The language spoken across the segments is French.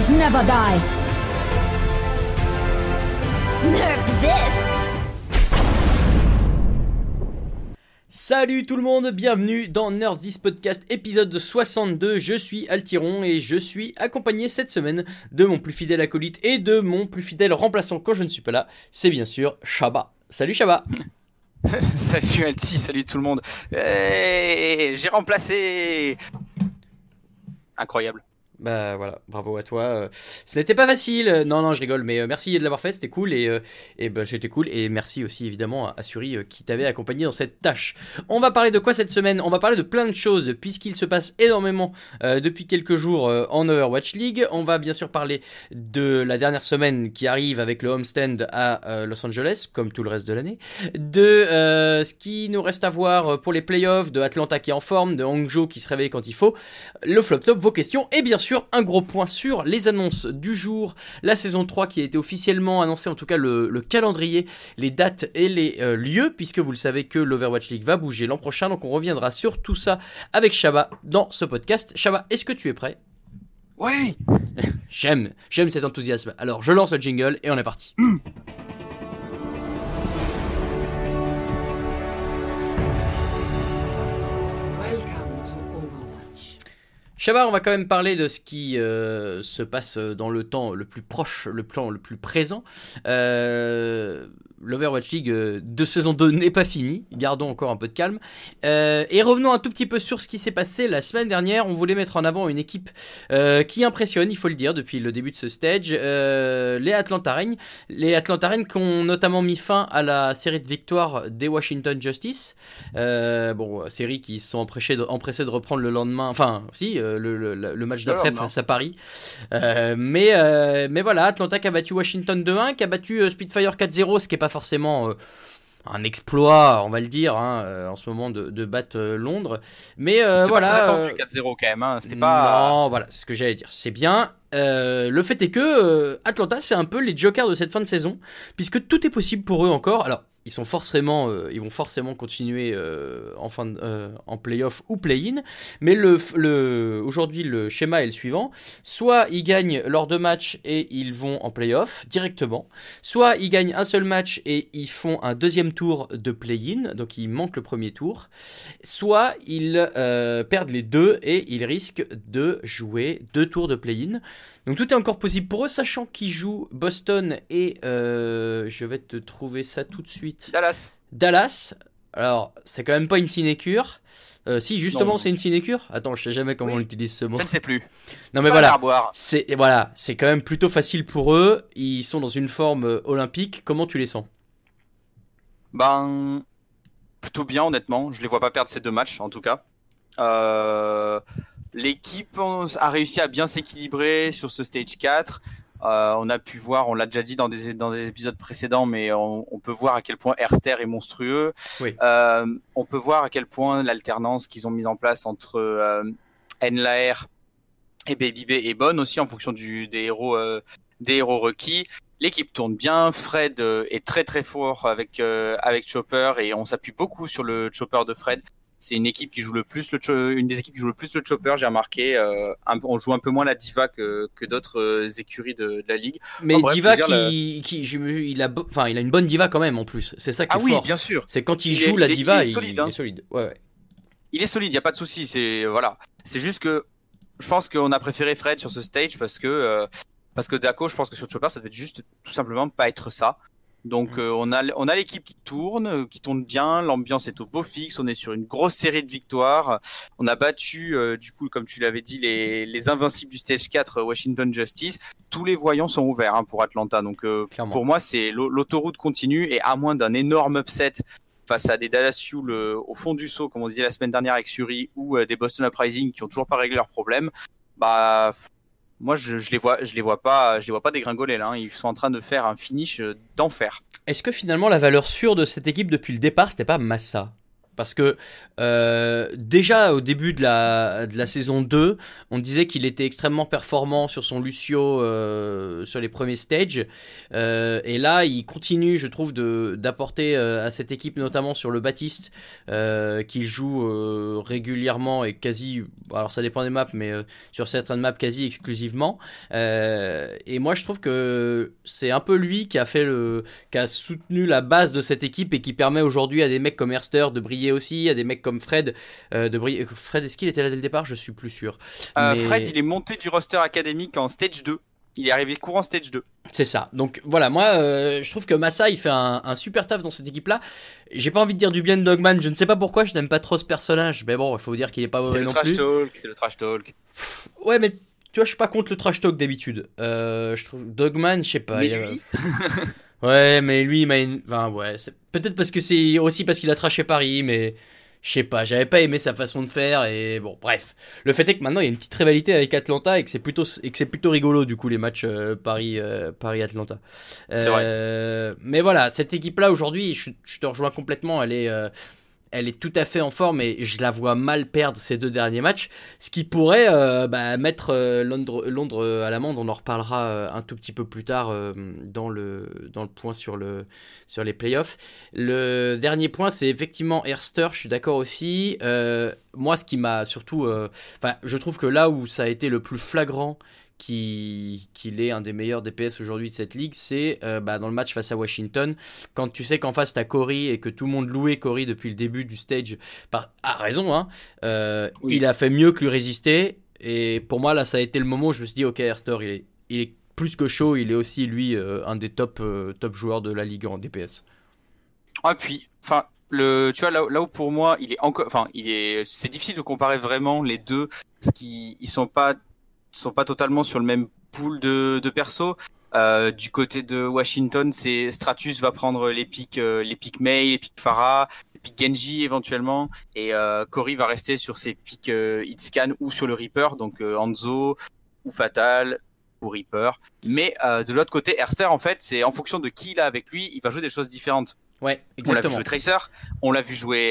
Heroes never die. Nerf this. Salut tout le monde, bienvenue dans Nerf This Podcast épisode 62, je suis Altiron et je suis accompagné cette semaine de mon plus fidèle acolyte et de mon plus fidèle remplaçant quand je ne suis pas là, c'est bien sûr Shaba. Salut Shaba. Salut Alti, salut tout le monde. Hey, j'ai remplacé. Incroyable. Bah voilà, bravo à toi. Ce n'était pas facile. Non, je rigole, mais merci de l'avoir fait, c'était cool et bah, c'était cool. Et merci aussi évidemment à Suri qui t'avait accompagné dans cette tâche. On va parler de quoi cette semaine ? On va parler de plein de choses puisqu'il se passe énormément depuis quelques jours en Overwatch League. On va bien sûr parler de la dernière semaine qui arrive avec le homestand à Los Angeles, comme tout le reste de l'année. De ce qui nous reste à voir pour les playoffs, de Atlanta qui est en forme, de Hangzhou qui se réveille quand il faut, le flop top, vos questions et bien sûr un gros point sur les annonces du jour, la saison 3 qui a été officiellement annoncée, en tout cas le calendrier, les dates et les lieux, puisque vous le savez que l'Overwatch League va bouger l'an prochain, donc on reviendra sur tout ça avec Shaba dans ce podcast. Shaba, est-ce que tu es prêt ? Oui. J'aime cet enthousiasme. Alors je lance le jingle et on est parti. Shaba, on va quand même parler de ce qui se passe dans le temps le plus proche, le plan le plus présent. L'Overwatch League de saison 2 n'est pas fini, gardons encore un peu de calme. Et revenons un tout petit peu sur ce qui s'est passé la semaine dernière. On voulait mettre en avant une équipe qui impressionne, il faut le dire, depuis le début de ce stage. Les Atlanta Reign. Les Atlanta Reign qui ont notamment mis fin à la série de victoires des Washington Justice. Série qui se sont empressés de reprendre le lendemain. Enfin, si, le match d'après face à Paris. Mais voilà, Atlanta qui a battu Washington 2-1, qui a battu Spitfire 4-0, ce qui n'est pas forcément un exploit, on va le dire, en ce moment de battre Londres. Mais voilà. C'était pas très attendu 4-0 quand même, hein. C'était pas. Non, voilà, c'est ce que j'allais dire. C'est bien. Le fait est que Atlanta, c'est un peu les jokers de cette fin de saison, puisque tout est possible pour eux encore. Alors, ils vont forcément continuer en play-off ou play-in, mais aujourd'hui le schéma est le suivant: soit ils gagnent leurs 2 matchs et ils vont en play-off directement, soit ils gagnent un seul match et ils font un deuxième tour de play-in, donc ils manquent le premier tour, soit ils perdent les deux et ils risquent de jouer 2 tours de play-in. Donc tout est encore possible pour eux, sachant qu'ils jouent Boston et je vais te trouver ça tout de suite. Dallas. Alors, c'est quand même pas une sinécure. Si, justement, non. C'est une sinécure. Attends, je sais jamais comment on utilise ce mot. Je ne sais plus. Non, mais voilà. C'est quand même plutôt facile pour eux. Ils sont dans une forme olympique. Comment tu les sens ? Plutôt bien, honnêtement. Je les vois pas perdre ces 2 matchs, en tout cas. L'équipe a réussi à bien s'équilibrer sur ce stage 4. On a pu voir, on l'a déjà dit dans des épisodes précédents, mais on peut voir à quel point Erster est monstrueux. Oui. On peut voir à quel point l'alternance qu'ils ont mise en place entre Enlaer et Baby B est bonne aussi en fonction des héros requis. L'équipe tourne bien. Fred est très très fort avec Chopper et on s'appuie beaucoup sur le Chopper de Fred. C'est une équipe qui joue une des équipes qui joue le plus le Chopper, j'ai remarqué. On joue un peu moins la Diva que d'autres écuries de la ligue. Mais Diva il a une bonne Diva quand même en plus. C'est ça qui est fort. Ah oui, bien sûr. C'est quand il joue la Diva, il est solide. Ouais. Il est solide, il y a pas de souci. C'est juste que je pense qu'on a préféré Fred sur ce stage parce que Dako, je pense que sur Chopper, ça devait juste tout simplement pas être ça. Donc on a l'équipe qui tourne bien, l'ambiance est au beau fixe, on est sur une grosse série de victoires. On a battu du coup, comme tu l'avais dit, les invincibles du stage 4 Washington Justice. Tous les voyants sont ouverts pour Atlanta. Donc pour moi, c'est l'autoroute continue et à moins d'un énorme upset face à des Dallas Fuel au fond du seau, comme on disait la semaine dernière avec Suri, ou des Boston Uprising qui ont toujours pas réglé leurs problèmes, moi, je les vois pas dégringoler là. Ils sont en train de faire un finish d'enfer. Est-ce que finalement la valeur sûre de cette équipe depuis le départ, c'était pas Massa ? Parce que déjà au début de la saison 2, on disait qu'il était extrêmement performant sur son Lucio sur les premiers stages. Et là, il continue, je trouve, d'apporter à cette équipe, notamment sur le Baptiste, qu'il joue régulièrement et quasi... Alors ça dépend des maps, mais sur certaines maps quasi exclusivement. Et moi, je trouve que c'est un peu lui qui a soutenu la base de cette équipe et qui permet aujourd'hui à des mecs comme Erster de briller aussi, à des mecs comme Fred de briller. Fred, est-ce qu'il était là dès le départ? Je suis plus sûr. Fred, il est monté du roster académique en stage 2. Il est arrivé courant stage 2. C'est ça. Donc voilà, moi je trouve que Massa il fait un super taf dans cette équipe là. J'ai pas envie de dire du bien de Dogman, je ne sais pas pourquoi, je n'aime pas trop ce personnage, mais bon, il faut dire qu'il est pas mauvais non plus. C'est le trash talk. Ouais, mais tu vois, je suis pas contre le trash talk d'habitude. Je trouve Dogman, je sais pas. Mais lui... Ouais, mais lui, enfin, ouais, c'est peut-être parce que c'est aussi parce qu'il a trashé Paris, mais je sais pas, j'avais pas aimé sa façon de faire et bon, bref. Le fait est que maintenant il y a une petite rivalité avec Atlanta et que c'est plutôt rigolo du coup les matchs Paris-Atlanta. C'est vrai. Mais voilà, cette équipe-là aujourd'hui, je te rejoins complètement, elle est tout à fait en forme et je la vois mal perdre ces 2 derniers matchs, ce qui pourrait mettre Londres à l'amende. On en reparlera un tout petit peu plus tard dans le point sur les playoffs. Le dernier point, c'est effectivement Erster, je suis d'accord aussi. Moi, ce qui m'a surtout... je trouve que là où ça a été le plus flagrant qu'il est un des meilleurs DPS aujourd'hui de cette ligue, c'est dans le match face à Washington, quand tu sais qu'en face t'as Corey et que tout le monde louait Corey depuis le début du stage, à raison, hein, oui. Il a fait mieux que lui résister, et pour moi là ça a été le moment où je me suis dit ok, Erster il est plus que chaud, il est aussi lui un des top joueurs de la ligue en DPS. Ah puis, enfin... tu vois là où pour moi il est encore, c'est difficile de comparer vraiment les deux, parce qu'ils sont pas totalement sur le même pool de persos. Du côté de Washington, c'est Stratus va prendre les pics Mei, les pics Pharah, les pics Genji éventuellement, et Corey va rester sur ses pics Hitscan ou sur le Reaper, donc Hanzo ou Fatal ou Reaper. Mais de l'autre côté, Erster en fait, c'est en fonction de qui il a avec lui, il va jouer des choses différentes. Ouais, exactement. On l'a vu jouer Tracer, on l'a vu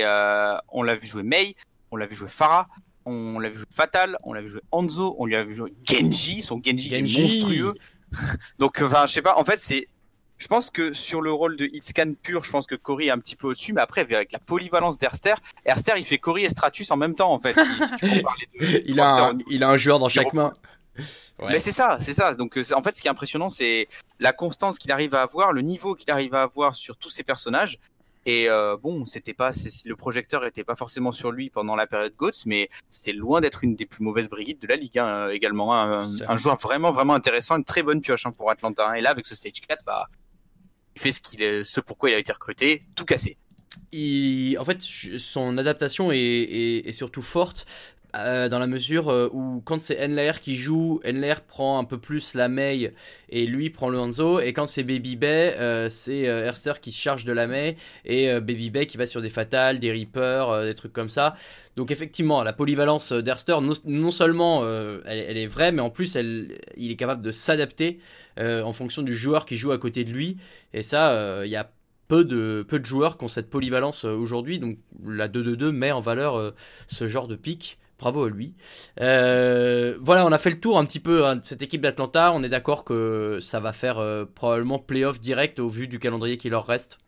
jouer Mei, on l'a vu jouer Pharah. On l'a vu jouer Fatal, on l'a vu jouer Hanzo, on lui a vu jouer Genji, son Genji est monstrueux. Donc, je sais pas, en fait, je pense que sur le rôle de Hitscan pur, je pense que Corey est un petit peu au-dessus, mais après, avec la polyvalence d'Erster, il fait Corey et Stratus en même temps, en fait, si tu compares les deux. il a un joueur dans chaque main. Ouais. Mais c'est ça. Donc, en fait, ce qui est impressionnant, c'est la constance qu'il arrive à avoir, le niveau qu'il arrive à avoir sur tous ses personnages. Et le projecteur était pas forcément sur lui pendant la période GOATS, mais c'était loin d'être une des plus mauvaises brigides de la ligue également. Un joueur vraiment vraiment intéressant, une très bonne pioche pour Atlanta. Et là, avec ce stage 4, il fait ce pourquoi il a été recruté, tout cassé. En fait, son adaptation est surtout forte. Dans la mesure où quand c'est Enlair qui joue, Enlair prend un peu plus la Mei et lui prend le Hanzo, et quand c'est Baby Bay, c'est Erster qui se charge de la Mei et Baby Bay qui va sur des Fatales, des Reapers, des trucs comme ça. Donc effectivement, la polyvalence d'Erster, non seulement elle est vraie, mais en plus il est capable de s'adapter en fonction du joueur qui joue à côté de lui, et ça, il y a peu de joueurs qui ont cette polyvalence aujourd'hui, donc la 2-2-2 met en valeur ce genre de pick. Bravo à lui. Voilà, on a fait le tour un petit peu de cette équipe d'Atlanta. On est d'accord que ça va faire probablement playoff direct au vu du calendrier qui leur reste.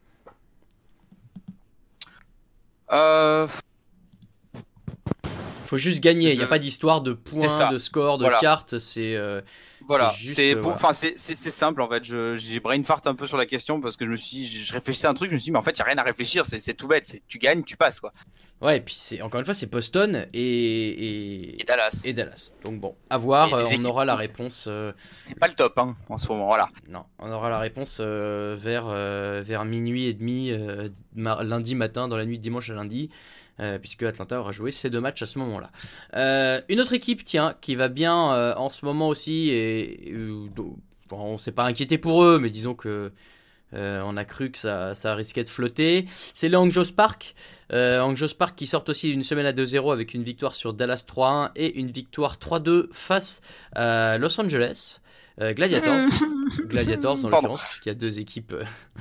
Faut juste gagner. Il n'y a pas d'histoire de points, de score, de cartes. Voilà, c'est simple en fait. J'ai brain fart un peu sur la question parce que je réfléchissais à un truc, je me suis dit mais en fait il n'y a rien à réfléchir, c'est tout bête, tu gagnes, tu passes quoi. Ouais, et puis encore une fois, c'est Boston et Dallas. Donc bon, à voir, on aura la réponse. C'est pas le top en ce moment, voilà. Non, on aura la réponse vers minuit et demi lundi matin, dans la nuit de dimanche à lundi. Puisque Atlanta aura joué ces 2 matchs à ce moment-là. Une autre équipe, qui va bien en ce moment aussi, et on s'est pas inquiété pour eux, mais disons que on a cru que ça risquait de flotter. C'est les Anjos Park. Anjos Park qui sortent aussi une semaine à 2-0 avec une victoire sur Dallas 3-1 et une victoire 3-2 face à Los Angeles. Gladiators. Gladiators en Pardon. l'occurrence, parce qu'il y a 2 équipes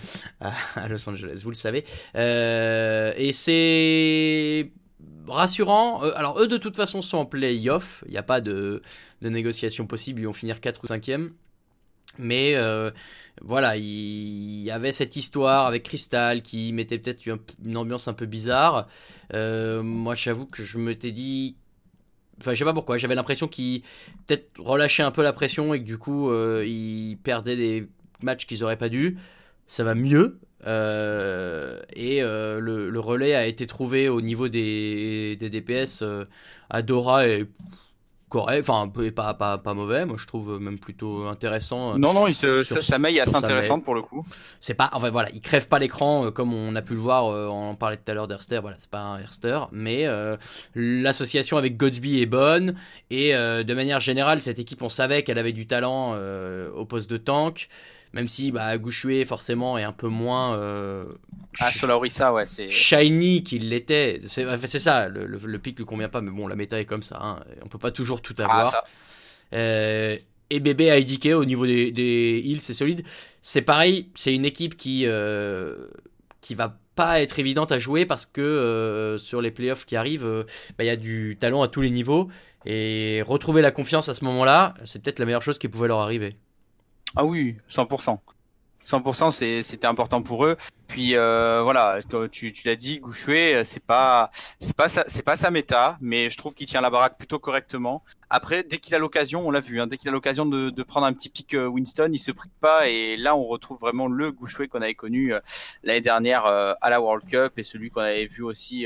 à Los Angeles, vous le savez. Et c'est rassurant. Alors eux de toute façon sont en play-off, il n'y a pas de négociation possible, ils vont finir 4 ou 5e. Mais voilà, il y avait cette histoire avec Crystal qui mettait peut-être une ambiance un peu bizarre. Moi j'avoue que je m'étais dit... Enfin, je sais pas pourquoi, j'avais l'impression qu'ils peut-être relâchaient un peu la pression et que du coup, ils perdaient des matchs qu'ils auraient pas dû. Ça va mieux. Et le relais a été trouvé au niveau des DPS. Adora est correct, enfin, pas mauvais. Moi, je trouve même plutôt intéressant. Non, sur- sa mail est assez sur sa intéressante mail. pour le coup. C'est pas, enfin voilà, il crève pas l'écran comme on a pu le voir, on en parlait tout à l'heure d'Herster, voilà, c'est pas un Herster, mais l'association avec Godsby est bonne, et de manière générale, cette équipe, on savait qu'elle avait du talent au poste de tank, même si Gouchoué forcément est un peu moins Solarissa, ouais, c'est. shiny qu'il l'était, c'est ça, le pic lui convient pas, mais bon, la méta est comme ça, hein, on peut pas toujours tout avoir. Ça. Et bébé à IDK au niveau des heals, c'est solide. C'est pareil, c'est une équipe qui va pas être évidente à jouer parce que sur les playoffs qui arrivent, il y a du talent à tous les niveaux. Et retrouver la confiance à ce moment-là, c'est peut-être la meilleure chose qui pouvait leur arriver. Ah oui, 100%. 100%, c'était important pour eux. Puis voilà, comme tu l'as dit, Gouchoué, c'est pas sa méta, mais je trouve qu'il tient la baraque plutôt correctement. Après, dès qu'il a l'occasion, on l'a vu, hein, dès qu'il a l'occasion de prendre un petit pick Winston, il se prive pas, et là on retrouve vraiment le Gouchoué qu'on avait connu l'année dernière à la World Cup, et celui qu'on avait vu aussi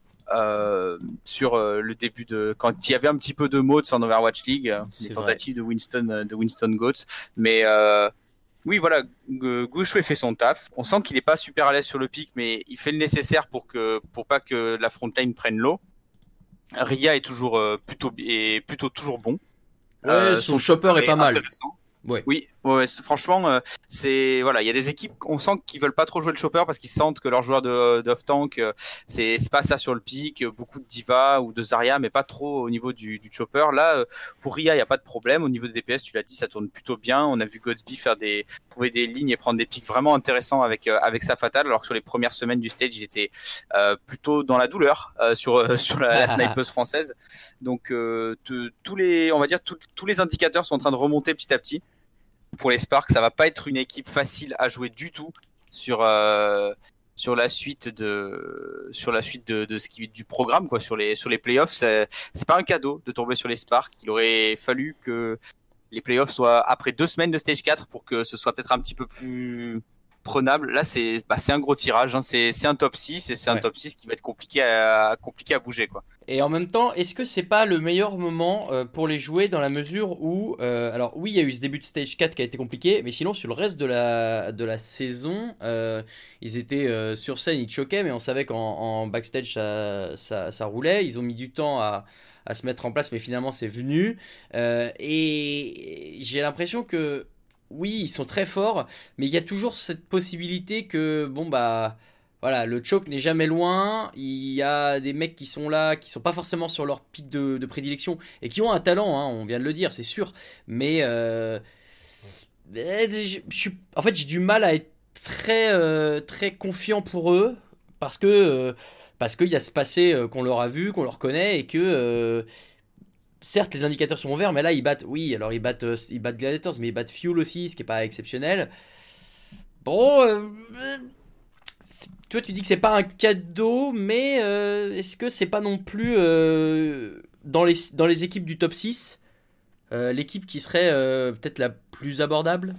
sur le début quand il y avait un petit peu de modes en Overwatch League, C'est les vrai. tentatives de Winston Goats, mais oui, voilà, Gouchoué fait son taf. On sent qu'il est pas super à l'aise sur le pic, mais il fait le nécessaire pour pas que la frontline prenne l'eau. Ria est toujours plutôt toujours bon. Ouais, son chopper est pas mal. Intéressant. Ouais. Oui, ouais, franchement, c'est voilà, il y a des équipes, on sent qu'ils veulent pas trop jouer le chopper parce qu'ils sentent que leur joueur d'off tank, c'est pas ça sur le pic, beaucoup de Diva ou de Zarya, mais pas trop au niveau du chopper. Là, pour Ria, il y a pas de problème. Au niveau des DPS, tu l'as dit, ça tourne plutôt bien. On a vu Godsby trouver des lignes et prendre des pics vraiment intéressants avec sa fatale, alors que sur les premières semaines du stage, il était plutôt dans la douleur sur la snipeuse française. Donc tous les indicateurs sont en train de remonter petit à petit. Pour les Sparks, ça va pas être une équipe facile à jouer du tout sur la suite de du programme, quoi, sur les playoffs. C'est pas un cadeau de tomber sur les Sparks. Il aurait fallu que les playoffs soient après 2 semaines de stage 4 pour que ce soit peut-être un petit peu plus prenable. Là, c'est un gros tirage, hein. C'est un top 6, et c'est un top 6 qui va être compliqué à bouger, quoi. Et en même temps, est-ce que c'est pas le meilleur moment pour les jouer dans la mesure où, alors oui, il y a eu ce début de stage 4 qui a été compliqué, mais sinon sur le reste de la saison, ils étaient sur scène, ils choquaient, mais on savait qu'en backstage ça roulait. Ils ont mis du temps à se mettre en place, mais finalement c'est venu. Et j'ai l'impression que oui, ils sont très forts, mais il y a toujours cette possibilité que voilà, le choke n'est jamais loin. Il y a des mecs qui sont là, qui sont pas forcément sur leur pic de prédilection et qui ont un talent, hein, on vient de le dire, c'est sûr. Mais en fait, j'ai du mal à être très confiant pour eux parce qu'il y a ce passé qu'on leur a vu, qu'on leur connaît et que certes les indicateurs sont verts, mais là ils battent Gladiators, mais ils battent Fuel aussi, ce qui est pas exceptionnel. Bon. Toi, tu dis que c'est pas un cadeau, mais est-ce que c'est pas non plus dans les équipes du top 6 l'équipe qui serait peut-être la plus abordable?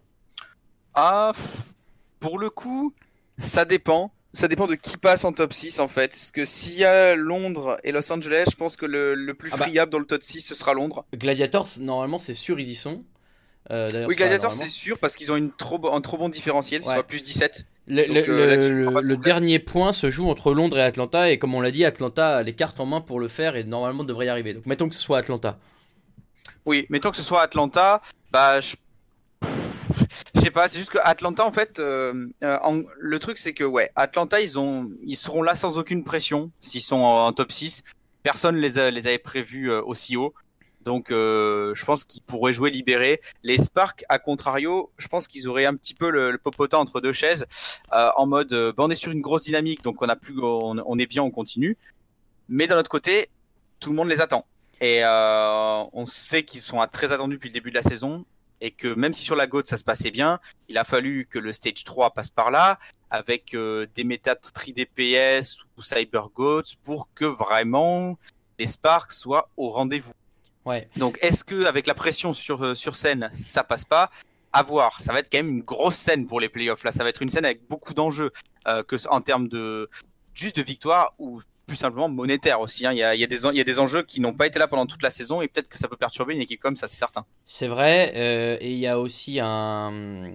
Pour le coup, ça dépend. Ça dépend de qui passe en top 6 en fait. Parce que s'il y a Londres et Los Angeles, je pense que le plus friable dans le top 6 ce sera Londres. Gladiators, normalement, c'est sûr, ils y sont. Oui, Gladiators, c'est sûr parce qu'ils ont un trop bon différentiel, soit plus 17. Le dernier point se joue entre Londres et Atlanta, et comme on l'a dit, Atlanta a les cartes en main pour le faire et normalement devrait y arriver. Donc mettons que ce soit Atlanta. Oui, mettons que ce soit Atlanta, je sais pas, c'est juste que Atlanta en fait, le truc c'est que Atlanta ils seront là sans aucune pression s'ils sont en top 6. Personne les avait prévus aussi haut. Donc, je pense qu'ils pourraient jouer libérés. Les Sparks, à contrario, je pense qu'ils auraient un petit peu le popotin entre deux chaises, en mode, on est sur une grosse dynamique, donc on est bien, on continue. Mais d'un autre côté, tout le monde les attend. Et on sait qu'ils sont très attendus depuis le début de la saison. Et que même si sur la GOAT ça se passait bien, il a fallu que le Stage 3 passe par là, avec des méta 3 DPS ou Cyber GOATs, pour que vraiment les Sparks soient au rendez-vous. Ouais. Donc est-ce que avec la pression sur scène, ça passe pas? À voir. Ça va être quand même une grosse scène pour les playoffs. Là, ça va être une scène avec beaucoup d'enjeux, que en termes de juste de victoire ou plus simplement monétaire aussi. Hein. Il y a des enjeux qui n'ont pas été là pendant toute la saison et peut-être que ça peut perturber une équipe comme ça, c'est certain. C'est vrai, et il y a aussi un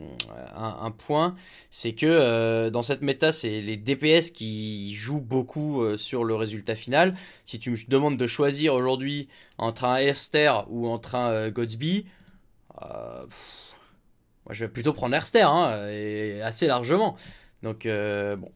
point, c'est que dans cette méta, c'est les DPS qui jouent beaucoup sur le résultat final. Si tu me demandes de choisir aujourd'hui entre un Erster ou entre un Godsby, moi je vais plutôt prendre Erster, hein, et assez largement. Donc bon,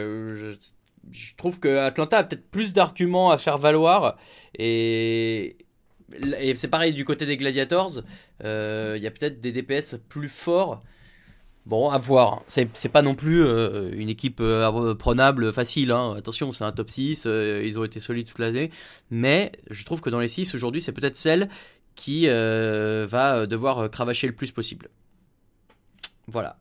je trouve que Atlanta a peut-être plus d'arguments à faire valoir, et c'est pareil du côté des Gladiators. Il y a peut-être des DPS plus forts. Bon, à voir. C'est pas non plus une équipe prenable facile. Hein. Attention, c'est un top 6. Ils ont été solides toute l'année. Mais je trouve que dans les 6, aujourd'hui, c'est peut-être celle qui va devoir cravacher le plus possible. Voilà.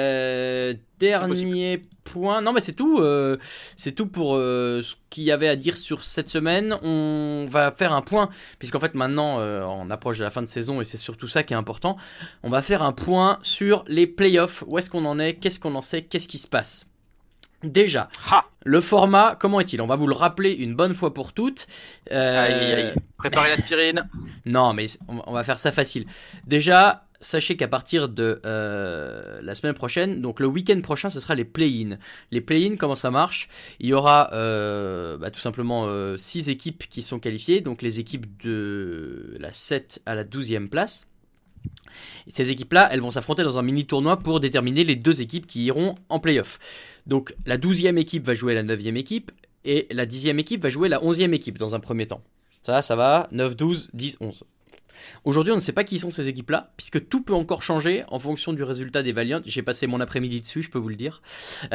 Dernier point. Non, mais c'est tout. C'est tout pour ce qu'il y avait à dire sur cette semaine. On va faire un point, puisqu'en fait maintenant on approche de la fin de saison et c'est surtout ça qui est important. On va faire un point sur les playoffs. Où est-ce qu'on en est? Qu'est-ce qu'on en sait? Qu'est-ce qui se passe? Déjà, le format, comment est-il? On va vous le rappeler une bonne fois pour toutes. Aïe. Préparez l'aspirine. Non, mais on va faire ça facile. Déjà, sachez qu'à partir de la semaine prochaine, donc le week-end prochain, ce sera les play-in. Les play-in, comment ça marche? Il y aura tout simplement 6 équipes qui sont qualifiées, donc les équipes de la 7 à la 12e place. Ces équipes-là, elles vont s'affronter dans un mini-tournoi pour déterminer les 2 équipes qui iront en play-off. Donc la 12e équipe va jouer la 9e équipe et la 10e équipe va jouer la 11e équipe dans un premier temps. Ça va, 9, 12, 10, 11. Aujourd'hui, on ne sait pas qui sont ces équipes-là, puisque tout peut encore changer en fonction du résultat des Valiant. J'ai passé mon après-midi dessus, je peux vous le dire.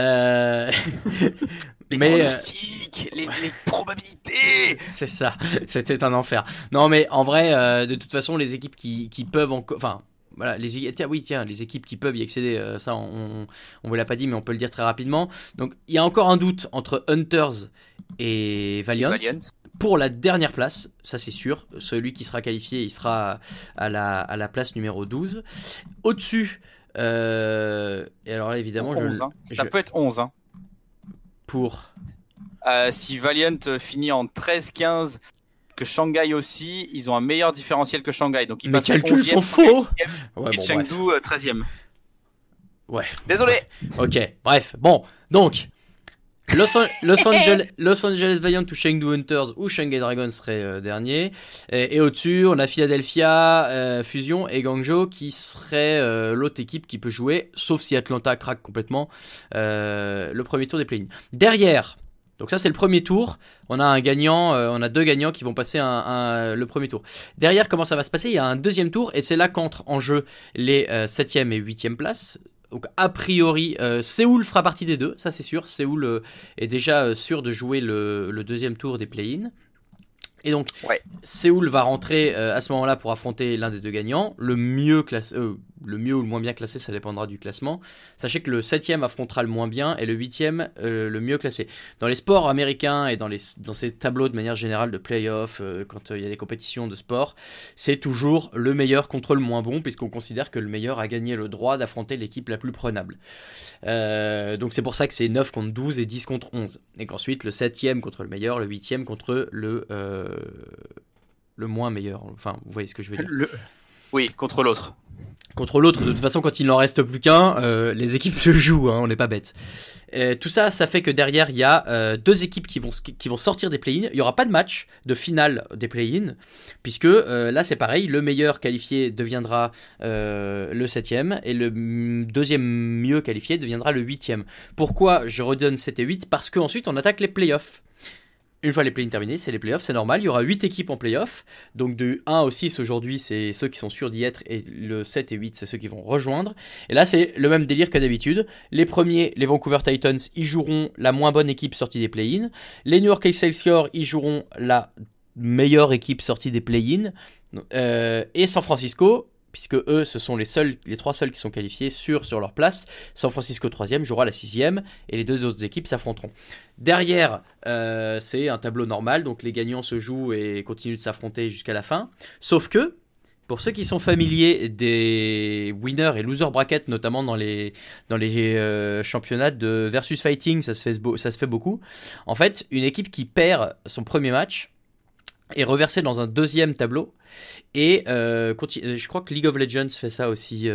Les pronostics, les probabilités. C'est ça, c'était un enfer. Non, mais en vrai, de toute façon, les équipes qui peuvent encore... Enfin, voilà, les équipes qui peuvent y accéder, ça, on vous l'a pas dit, mais on peut le dire très rapidement. Donc, il y a encore un doute entre Hunters et Valiant. Pour la dernière place, ça c'est sûr, celui qui sera qualifié, il sera à la place numéro 12. Au-dessus, et alors là évidemment... 11, ça peut être 11. Hein. Pour si Valiant finit en 13-15, que Shanghai aussi, ils ont un meilleur différentiel que Shanghai. Donc ils mes calculs sont faux. Et Chengdu 13e. Ouais. Désolé. Ok, bref. Bon, donc... Los Angeles Valiant ou Chengdu Hunters ou Shanghai Dragons serait dernier. Et au-dessus, on a Philadelphia Fusion et Guangzhou qui serait l'autre équipe qui peut jouer, sauf si Atlanta craque complètement, le premier tour des play-in. Derrière, donc ça c'est le premier tour, on a un gagnant, on a 2 gagnants qui vont passer le premier tour. Derrière, comment ça va se passer? Il y a un deuxième tour et c'est là qu'entrent en jeu les 7e et 8e places. Donc a priori, Séoul fera partie des 2, ça c'est sûr. Séoul est déjà sûr de jouer le deuxième tour des play-in. Et donc, Séoul va rentrer à ce moment-là pour affronter l'un des 2 gagnants. Le mieux ou le moins bien classé, ça dépendra du classement. Sachez que le 7e affrontera le moins bien et le 8e le mieux classé. Dans les sports américains et dans ces tableaux de manière générale de play-off, quand il y a des compétitions de sport, c'est toujours le meilleur contre le moins bon, puisqu'on considère que le meilleur a gagné le droit d'affronter l'équipe la plus prenable. Donc c'est pour ça que c'est 9 contre 12 et 10 contre 11. Et qu'ensuite, le 7e contre le meilleur, le 8e contre le moins meilleur. Enfin, vous voyez ce que je veux dire. Oui, contre l'autre. Contre l'autre, de toute façon, quand il n'en reste plus qu'un, les équipes se jouent, hein, on n'est pas bêtes. Tout ça, ça fait que derrière, il y a 2 équipes qui vont sortir des play-in. Il n'y aura pas de match de finale des play-in, puisque là, c'est pareil, le meilleur qualifié deviendra le 7e, et le deuxième mieux qualifié deviendra le 8e. Pourquoi je redonne 7 et 8? Parce qu'ensuite, on attaque les play-offs. Une fois les play-ins terminés, c'est les playoffs, c'est normal. Il y aura 8 équipes en playoffs. Donc de 1 au 6 aujourd'hui, c'est ceux qui sont sûrs d'y être. Et le 7 et 8, c'est ceux qui vont rejoindre. Et là, c'est le même délire que d'habitude. Les premiers, les Vancouver Titans, ils joueront la moins bonne équipe sortie des play-ins. Les New York Excelsior, ils joueront la meilleure équipe sortie des play-ins. Et San Francisco, puisque eux, ce sont les 3 seuls qui sont qualifiés sur leur place. San Francisco 3e jouera la 6e et les 2 autres équipes s'affronteront. Derrière, c'est un tableau normal, donc les gagnants se jouent et continuent de s'affronter jusqu'à la fin. Sauf que, pour ceux qui sont familiers des winners et losers brackets, notamment dans les championnats de versus fighting, ça se fait beaucoup. En fait, une équipe qui perd son premier match est reversée dans un deuxième tableau. Et je crois que League of Legends fait ça aussi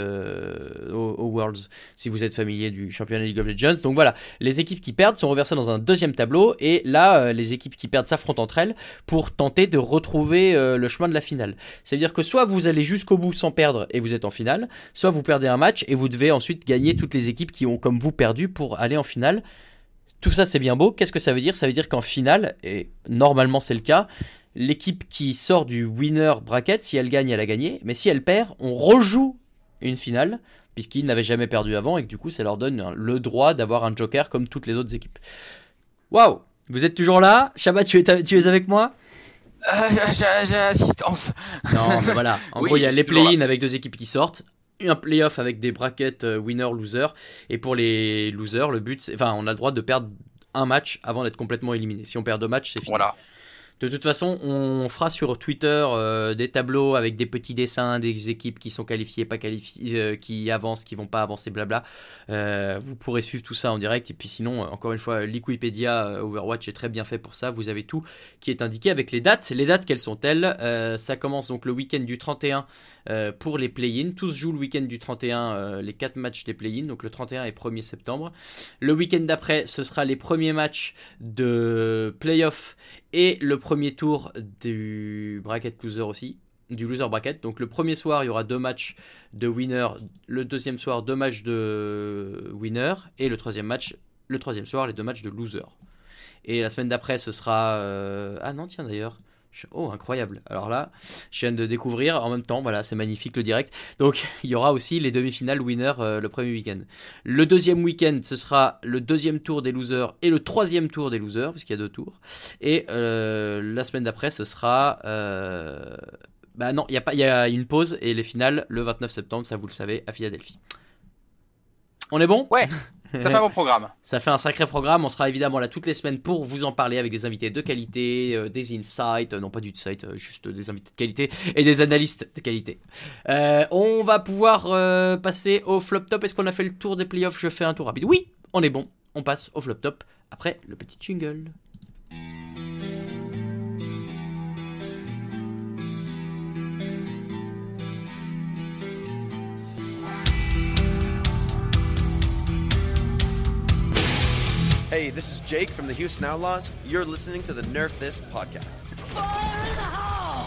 au Worlds, si vous êtes familier du championnat League of Legends. Donc voilà, les équipes qui perdent sont reversées dans un deuxième tableau, et là, les équipes qui perdent s'affrontent entre elles pour tenter de retrouver le chemin de la finale. C'est-à-dire que soit vous allez jusqu'au bout sans perdre et vous êtes en finale, soit vous perdez un match et vous devez ensuite gagner toutes les équipes qui ont comme vous perdu pour aller en finale. Tout ça, c'est bien beau. Qu'est-ce que ça veut dire ? Ça veut dire qu'en finale, et normalement c'est le cas, l'équipe qui sort du winner bracket, si elle gagne, elle a gagné. Mais si elle perd, on rejoue une finale, puisqu'ils n'avaient jamais perdu avant, et que du coup, ça leur donne le droit d'avoir un joker comme toutes les autres équipes. Waouh! Vous êtes toujours là? Shabba, tu es avec moi? J'ai assistance. Non, mais voilà. En Oui, gros, il y a je les suis toujours play-in avec 2 équipes qui sortent, un play-off avec des brackets winner-loser, et pour les losers, le but, on a le droit de perdre un match avant d'être complètement éliminé. Si on perd 2 matchs, c'est fini. Voilà. De toute façon, on fera sur Twitter des tableaux avec des petits dessins des équipes qui sont qualifiées, pas qualifiées, qui avancent, qui vont pas avancer, blabla. Vous pourrez suivre tout ça en direct. Et puis sinon, encore une fois, Liquipedia Overwatch est très bien fait pour ça. Vous avez tout qui est indiqué avec les dates. Les dates, quelles sont-elles? Ça commence donc le week-end du 31 pour les play-in. Tous jouent le week-end du 31, les 4 matchs des play-in. Donc le 31 et 1er septembre. Le week-end d'après, ce sera les premiers matchs de play-off et le premier tour du bracket loser aussi, du loser bracket. Donc le premier soir, il y aura 2 matchs de winner, le deuxième soir 2 matchs de winner, et le troisième soir, les 2 matchs de loser. Et la semaine d'après, ce sera... Ah non, tiens d'ailleurs... Oh, incroyable. Alors là, je viens de découvrir en même temps, voilà, c'est magnifique le direct. Donc, il y aura aussi les demi-finales winner le premier week-end. Le deuxième week-end, ce sera le deuxième tour des losers et le troisième tour des losers, puisqu'il y a 2 tours. Et la semaine d'après, ce sera... Bah non, il y a une pause, et les finales le 29 septembre, ça vous le savez, à Philadelphie. On est bon ? Ouais, ça fait un bon programme. Ça fait un sacré programme. On sera évidemment là toutes les semaines pour vous en parler avec des invités de qualité, des insights, non pas du insight, juste des invités de qualité et des analystes de qualité. On va pouvoir passer au flop top. Est-ce qu'on a fait le tour des playoffs? Je fais un tour rapide. Oui, on est bon. On passe au flop top après le petit jingle. Hey, this is Jake from the Houston Outlaws. You're listening to the Nerf This podcast. Fire in the hole!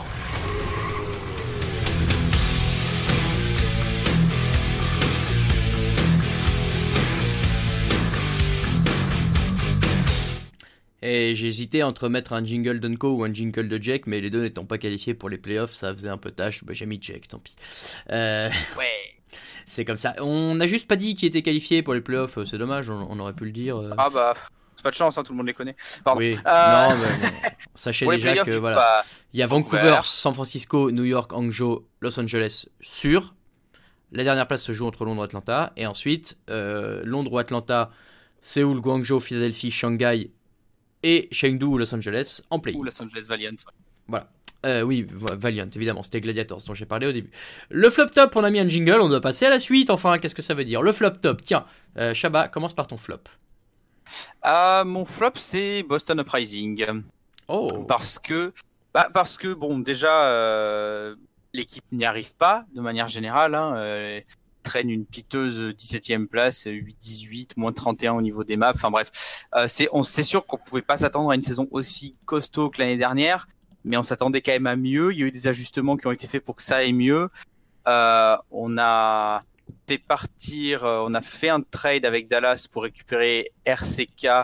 Et j'ai hésité entre mettre un jingle d'Unco ou un jingle de Jake, mais les deux n'étant pas qualifiés pour les playoffs, ça faisait un peu tâche. Bah, j'ai mis Jake, tant pis. Ouais. C'est comme ça. On n'a juste pas dit qui était qualifié pour les playoffs, c'est dommage, on aurait pu le dire. Ah bah, c'est pas de chance, hein, tout le monde les connaît. Pardon. Oui, non, mais sachez Pour les déjà playoffs, que du coup, voilà. bah, Il y a Vancouver, San Francisco, New York, Hangzhou, Los Angeles sûr. La dernière place se joue entre Londres et Atlanta. Et ensuite, Londres ou Atlanta, Séoul, Guangzhou, Philadelphie, Shanghai et Chengdu ou Los Angeles en play. Ou Los Angeles Valiant. Ouais. Voilà. Oui, Valiant, évidemment, c'était Gladiators dont j'ai parlé au début. Le flop top, on a mis un jingle, on doit passer à la suite. Enfin, qu'est-ce que ça veut dire? Le flop top, tiens, Shabba, commence par ton flop. Mon flop, c'est Boston Uprising. Oh. Parce que bon, déjà, l'équipe n'y arrive pas de manière générale. Traîne une piteuse 17e place, 8-18, moins 31 au niveau des maps. Enfin bref, c'est sûr qu'on pouvait pas s'attendre à une saison aussi costaud que l'année dernière, mais on s'attendait quand même à mieux. Il y a eu des ajustements qui ont été faits pour que ça aille mieux. On a fait un trade avec Dallas pour récupérer RCK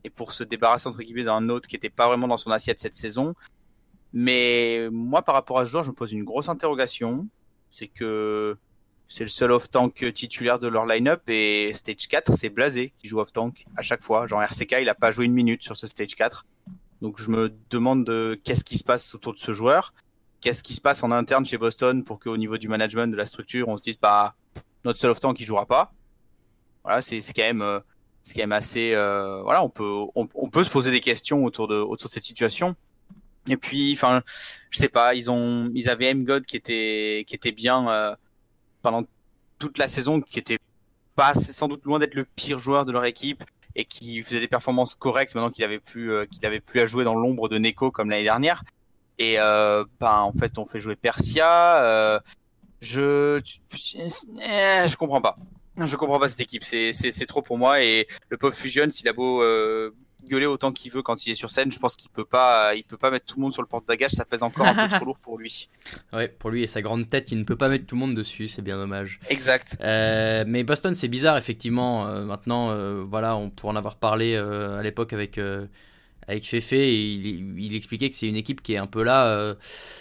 et pour se débarrasser entre guillemets d'un autre qui était pas vraiment dans son assiette cette saison. Mais moi, par rapport à ce joueur, je me pose une grosse interrogation. C'est que c'est le seul off-tank titulaire de leur line-up et Stage 4, c'est Blasé qui joue off-tank à chaque fois. Genre RCK, il a pas joué une minute sur ce Stage 4. Donc je me demande qu'est-ce qui se passe autour de ce joueur. Qu'est-ce qui se passe en interne chez Boston pour qu'au niveau du management, de la structure, on se dise bah notre seul off-tank il jouera pas. Voilà, c'est quand même assez voilà, on peut se poser des questions autour de cette situation. Et puis enfin, je sais pas, ils avaient M-God qui était bien pendant toute la saison, qui était pas sans doute loin d'être le pire joueur de leur équipe et qui faisait des performances correctes maintenant qu'il avait plus à jouer dans l'ombre de Neko comme l'année dernière. Et en fait, on fait jouer Persia. Je comprends pas. Je comprends pas cette équipe. C'est trop pour moi. Et le pauvre Fusion, s'il a beau gueuler autant qu'il veut quand il est sur scène, je pense qu'il peut pas mettre tout le monde sur le porte-bagages. Ça pèse encore un peu trop lourd pour lui. Ouais, pour lui et sa grande tête, il ne peut pas mettre tout le monde dessus. C'est bien dommage. Exact. Mais Boston, c'est bizarre effectivement. Maintenant, voilà, on pourrait en avoir parlé à l'époque avec Fefe, et il expliquait que c'est une équipe qui est un peu là.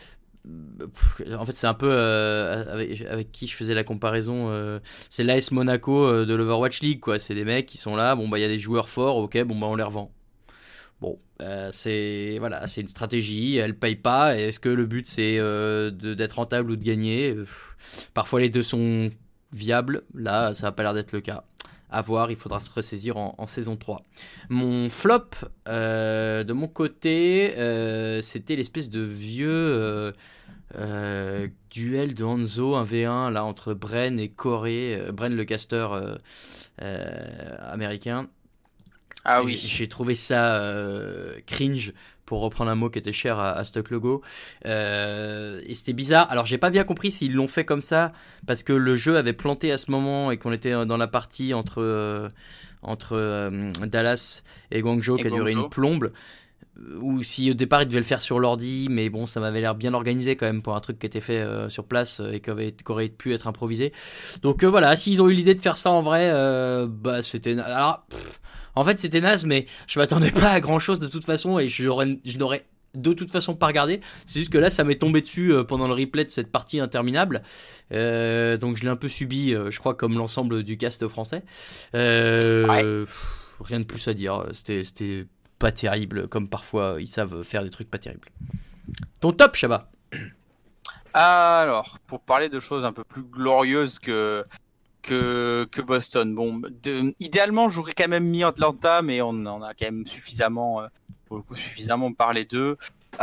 En fait, c'est un peu avec qui je faisais la comparaison. C'est l'AS Monaco de l'Overwatch League, quoi. C'est des mecs qui sont là. Bon, bah, il y a des joueurs forts, ok, bon, bah, on les revend. Bon, c'est une stratégie. Elle paye pas. Est-ce que le but c'est d'être rentable ou de gagner? Parfois, les deux sont viables. Là, ça n'a pas l'air d'être le cas. À voir, il faudra se ressaisir en saison 3. Mon flop, de mon côté, c'était l'espèce de vieux duel de Hanzo 1v1 là, entre Bren et Corey. Bren, le caster américain. Ah oui. J'ai trouvé ça cringe, pour reprendre un mot qui était cher à Stock Logo. Et c'était bizarre. Alors j'ai pas bien compris s'ils l'ont fait comme ça parce que le jeu avait planté à ce moment et qu'on était dans la partie entre Dallas et Guangzhou qui a duré une plombe. Ou si au départ ils devaient le faire sur l'ordi, mais bon, ça m'avait l'air bien organisé quand même pour un truc qui était fait sur place et qui aurait pu être improvisé. Donc voilà, s'ils ont eu l'idée de faire ça en vrai, bah c'était... Alors, en fait c'était naze, mais je m'attendais pas à grand chose de toute façon et je n'aurais de toute façon pas regardé. C'est juste que là ça m'est tombé dessus pendant le replay de cette partie interminable, donc je l'ai un peu subi, je crois, comme l'ensemble du cast français. Ouais. Rien de plus à dire, c'était pas terrible, comme parfois ils savent faire des trucs pas terribles. Ton top, Shabba? Alors, pour parler de choses un peu plus glorieuses que Boston, bon, idéalement j'aurais quand même mis Atlanta, mais on en a quand même suffisamment parlé d'eux.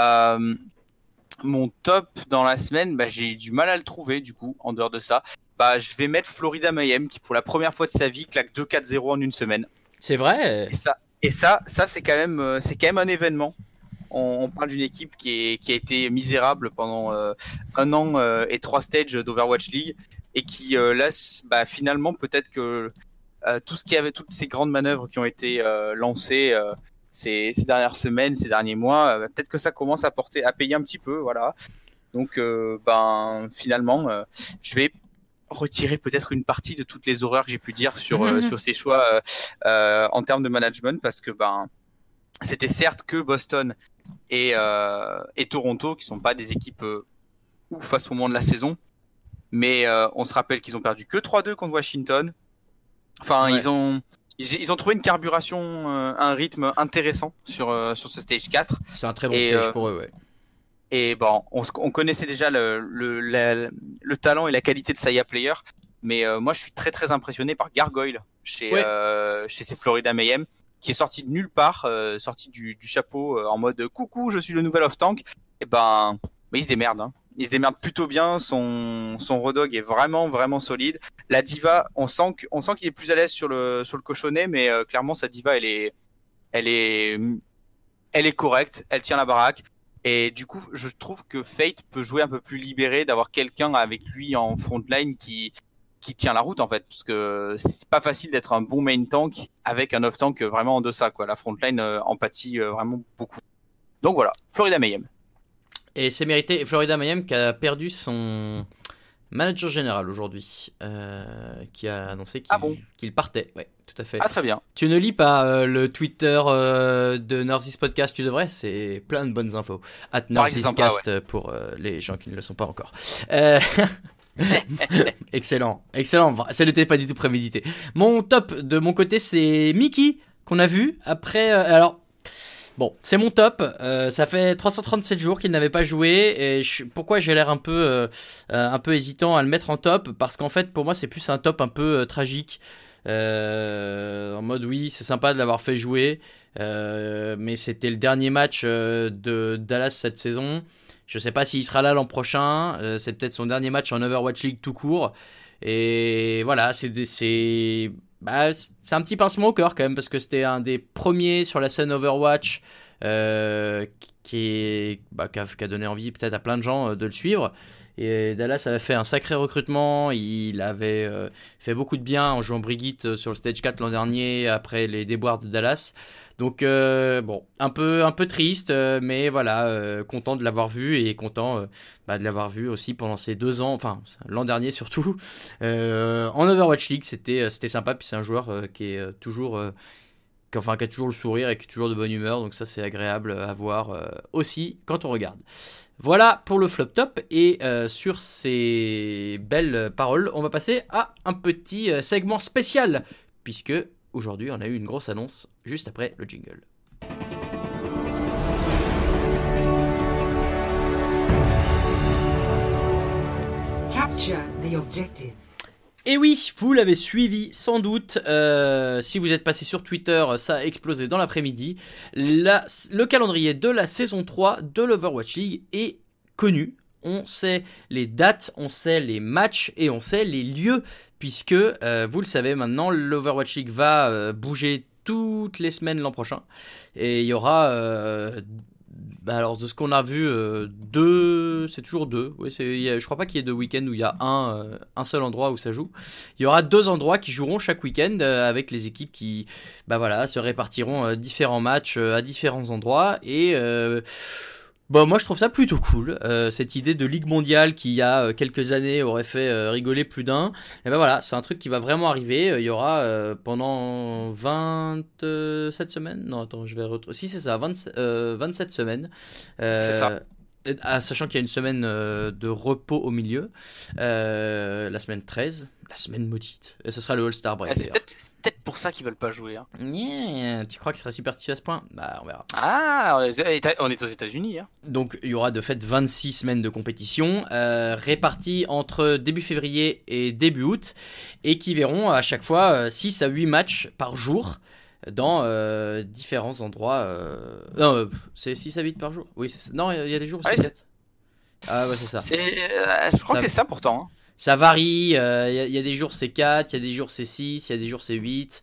Mon top dans la semaine, bah, j'ai du mal à le trouver du coup. En dehors de ça, bah, je vais mettre Florida Mayhem qui pour la première fois de sa vie claque 2-4-0 en une semaine. C'est vrai. Et ça c'est quand même un événement. On parle d'une équipe qui a été misérable pendant 1 an et 3 stages d'Overwatch League et qui là, bah, finalement peut-être que toutes ces grandes manœuvres qui ont été lancées ces dernières semaines, ces derniers mois, peut-être que ça commence à payer un petit peu, voilà. Donc ben finalement, je vais retirer peut-être une partie de toutes les horreurs que j'ai pu dire sur ces choix en termes de management, parce que ben c'était certes que Boston et Toronto qui sont pas des équipes ouf à ce moment de la saison, mais on se rappelle qu'ils ont perdu que 3-2 contre Washington. Enfin, ouais. Ils ont trouvé une carburation, un rythme intéressant sur ce stage 4. C'est un très bon stage pour eux, ouais. Et bon, on connaissait déjà le talent et la qualité de Saya Player, mais moi je suis très très impressionné par Gargoyle chez ces Florida Mayhem, qui est sorti de nulle part, sorti du chapeau en mode coucou, je suis le nouvel off-tank. Et ben, il se démerde, hein. Il se démerde plutôt bien, son redog est vraiment vraiment solide. La diva, on sent qu'il est plus à l'aise sur le cochonnet, mais clairement sa diva elle est correcte, elle tient la baraque. Et du coup, je trouve que Fate peut jouer un peu plus libéré, d'avoir quelqu'un avec lui en frontline qui tient la route en fait, parce que c'est pas facile d'être un bon main tank avec un off tank vraiment en deçà, quoi. La frontline en pâtit vraiment beaucoup. Donc voilà, Florida Mayhem. Et c'est mérité. Florida Mayhem qui a perdu son manager général aujourd'hui, qui a annoncé Ah bon qu'il partait. Ouais, tout à fait. Ah, très bien. Tu ne lis pas le Twitter de Northeast Podcast, tu devrais, c'est plein de bonnes infos. @NortheastCast pour les gens qui ne le sont pas encore. Excellent, ça n'était pas du tout prémédité. Mon top de mon côté, c'est Mickey, qu'on a vu après. Alors, bon, c'est mon top. Ça fait 337 jours qu'il n'avait pas joué. Et pourquoi j'ai l'air un peu hésitant à le mettre en top? Parce qu'en fait, pour moi, c'est plus un top un peu tragique. En mode, oui, c'est sympa de l'avoir fait jouer. Mais c'était le dernier match de Dallas cette saison. Je sais pas s'il sera là l'an prochain. C'est peut-être son dernier match en Overwatch League tout court. Et voilà, c'est un petit pincement au cœur quand même, parce que c'était un des premiers sur la scène Overwatch qui a donné envie peut-être à plein de gens de le suivre. Et Dallas avait fait un sacré recrutement. Il avait fait beaucoup de bien en jouant Brigitte sur le Stage 4 l'an dernier, après les déboires de Dallas. Donc bon, un peu triste, mais voilà, content de l'avoir vu, et content de l'avoir vu aussi pendant ces 2 ans, enfin l'an dernier surtout, en Overwatch League. C'était sympa. Puis c'est un joueur qui est toujours qui a toujours le sourire et qui est toujours de bonne humeur, donc ça c'est agréable à voir aussi quand on regarde. Voilà pour le flop top, et sur ces belles paroles, on va passer à un petit segment spécial, puisque aujourd'hui on a eu une grosse annonce juste après le jingle. Capture the objective. Et oui, vous l'avez suivi sans doute, si vous êtes passé sur Twitter, ça a explosé dans l'après-midi. Le calendrier de la saison 3 de l'Overwatch League est connu. On sait les dates, on sait les matchs et on sait les lieux, puisque, vous le savez maintenant, l'Overwatch League va bouger toutes les semaines l'an prochain. Et il y aura... alors de ce qu'on a vu, c'est toujours 2. Oui, je crois pas qu'il y ait 2 week-ends où il y a un seul endroit où ça joue. Il y aura 2 endroits qui joueront chaque week-end, avec les équipes qui se répartiront différents matchs à différents endroits. Et moi je trouve ça plutôt cool, cette idée de Ligue mondiale qui il y a quelques années aurait fait rigoler plus d'un. Et voilà, c'est un truc qui va vraiment arriver. Il y aura pendant 27 semaines. Non, attends, je vais si c'est ça, 27 semaines. C'est ça. Sachant qu'il y a une semaine de repos au milieu, la semaine 13, la semaine maudite, et ce sera le All-Star Break. C'est peut-être pour ça qu'ils veulent pas jouer. Hein. Yeah, tu crois qu'il sera superstitieux à ce point? On verra. Ah, on est aux États-Unis. Hein. Donc il y aura de fait 26 semaines de compétition, réparties entre début février et début août, et qui verront à chaque fois 6 à 8 matchs par jour dans différents endroits. Non, c'est 6 à 8 par jour. Oui, c'est ça. Non, il y a des jours où c'est 7. Ah ouais, c'est ça. Je crois que c'est ça pourtant. Hein. Ça varie. Il y a des jours c'est 4, il y a des jours c'est 6, il y a des jours c'est 8.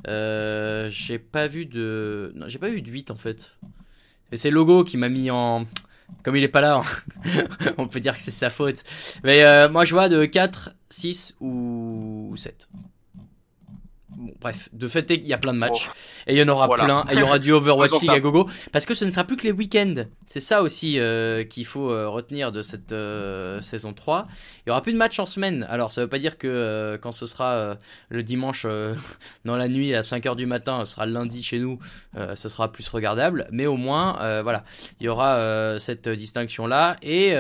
J'ai pas vu de 8 en fait. Et c'est Logo qui m'a mis en... Comme il est pas là, on peut dire que c'est sa faute. Mais moi je vois de 4, 6 ou 7. Bon, bref, de fait, il y a plein de matchs. Et il y en aura plein. Et il y aura du Overwatch League à gogo. Parce que ce ne sera plus que les week-ends. C'est ça aussi qu'il faut retenir de cette saison 3. Il n'y aura plus de matchs en semaine. Alors, ça ne veut pas dire que quand ce sera le dimanche dans la nuit à 5h du matin, ce sera le lundi chez nous, ce sera plus regardable. Mais au moins, voilà, il y aura cette distinction-là. Et...